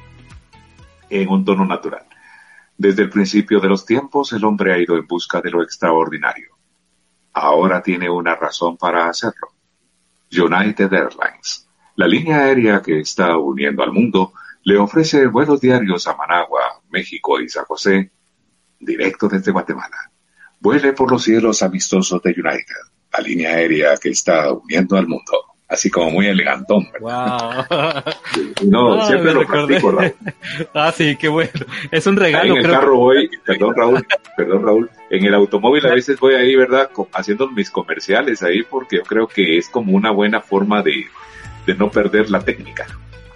en un tono natural. Desde el principio de los tiempos, el hombre ha ido en busca de lo extraordinario. Ahora tiene una razón para hacerlo. United Airlines, la línea aérea que está uniendo al mundo, le ofrece vuelos diarios a Managua, México y San José, directo desde Guatemala. Vuele por los cielos amistosos de United, la línea aérea que está uniendo al mundo. Así como muy elegantón, ¿verdad? Wow. No, siempre lo practico, Raúl. Sí, qué bueno. Es un regalo. En el carro voy, perdón Raúl, en el automóvil a veces voy ahí, ¿verdad? Haciendo mis comerciales ahí, porque yo creo que es como una buena forma de no perder la técnica.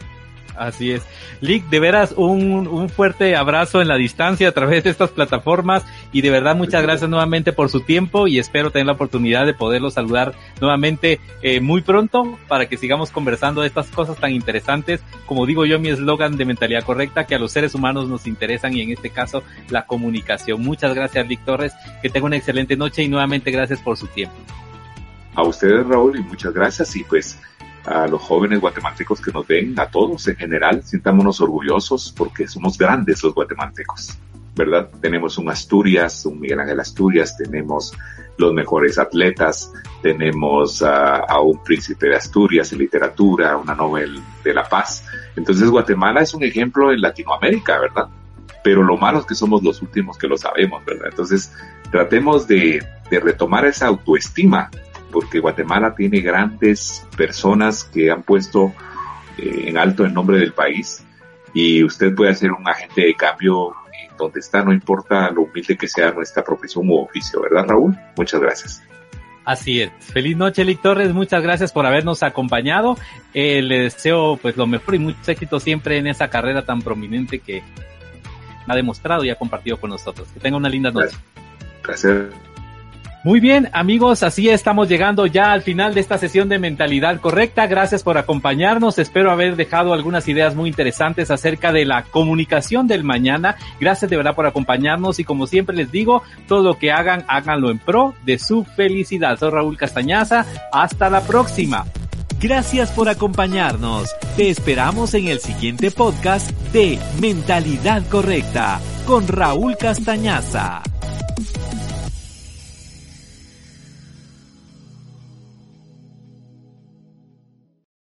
Así es. Lic, de veras un fuerte abrazo en la distancia a través de estas plataformas, y de verdad muchas gracias nuevamente por su tiempo, y espero tener la oportunidad de poderlo saludar nuevamente muy pronto para que sigamos conversando de estas cosas tan interesantes, como digo yo, mi eslogan de Mentalidad Correcta, que a los seres humanos nos interesan, y en este caso la comunicación. Muchas gracias, Lic Torres, que tenga una excelente noche y nuevamente gracias por su tiempo. A ustedes, Raúl, y muchas gracias, y pues a los jóvenes guatemaltecos que nos ven, a todos en general, sintámonos orgullosos porque somos grandes los guatemaltecos, ¿verdad? Tenemos un Asturias, un Miguel Ángel Asturias, tenemos los mejores atletas, tenemos a un príncipe de Asturias en literatura, una Nobel de la Paz. Entonces Guatemala es un ejemplo en Latinoamérica, ¿verdad? Pero lo malo es que somos los últimos que lo sabemos, ¿verdad? Entonces tratemos de retomar esa autoestima, porque Guatemala tiene grandes personas que han puesto en alto el nombre del país, y usted puede ser un agente de cambio donde está, no importa lo humilde que sea nuestra profesión u oficio, ¿verdad, Raúl? Muchas gracias. Así es. Feliz noche, Lic Torres. Muchas gracias por habernos acompañado. Le deseo pues lo mejor y mucho éxito siempre en esa carrera tan prominente que ha demostrado y ha compartido con nosotros. Que tenga una linda noche. Gracias. Muy bien, amigos, así estamos llegando ya al final de esta sesión de Mentalidad Correcta. Gracias por acompañarnos. Espero haber dejado algunas ideas muy interesantes acerca de la comunicación del mañana. Gracias de verdad por acompañarnos, y como siempre les digo, todo lo que hagan, háganlo en pro de su felicidad. Soy Raúl Castañaza. Hasta la próxima. Gracias por acompañarnos. Te esperamos en el siguiente podcast de Mentalidad Correcta con Raúl Castañaza.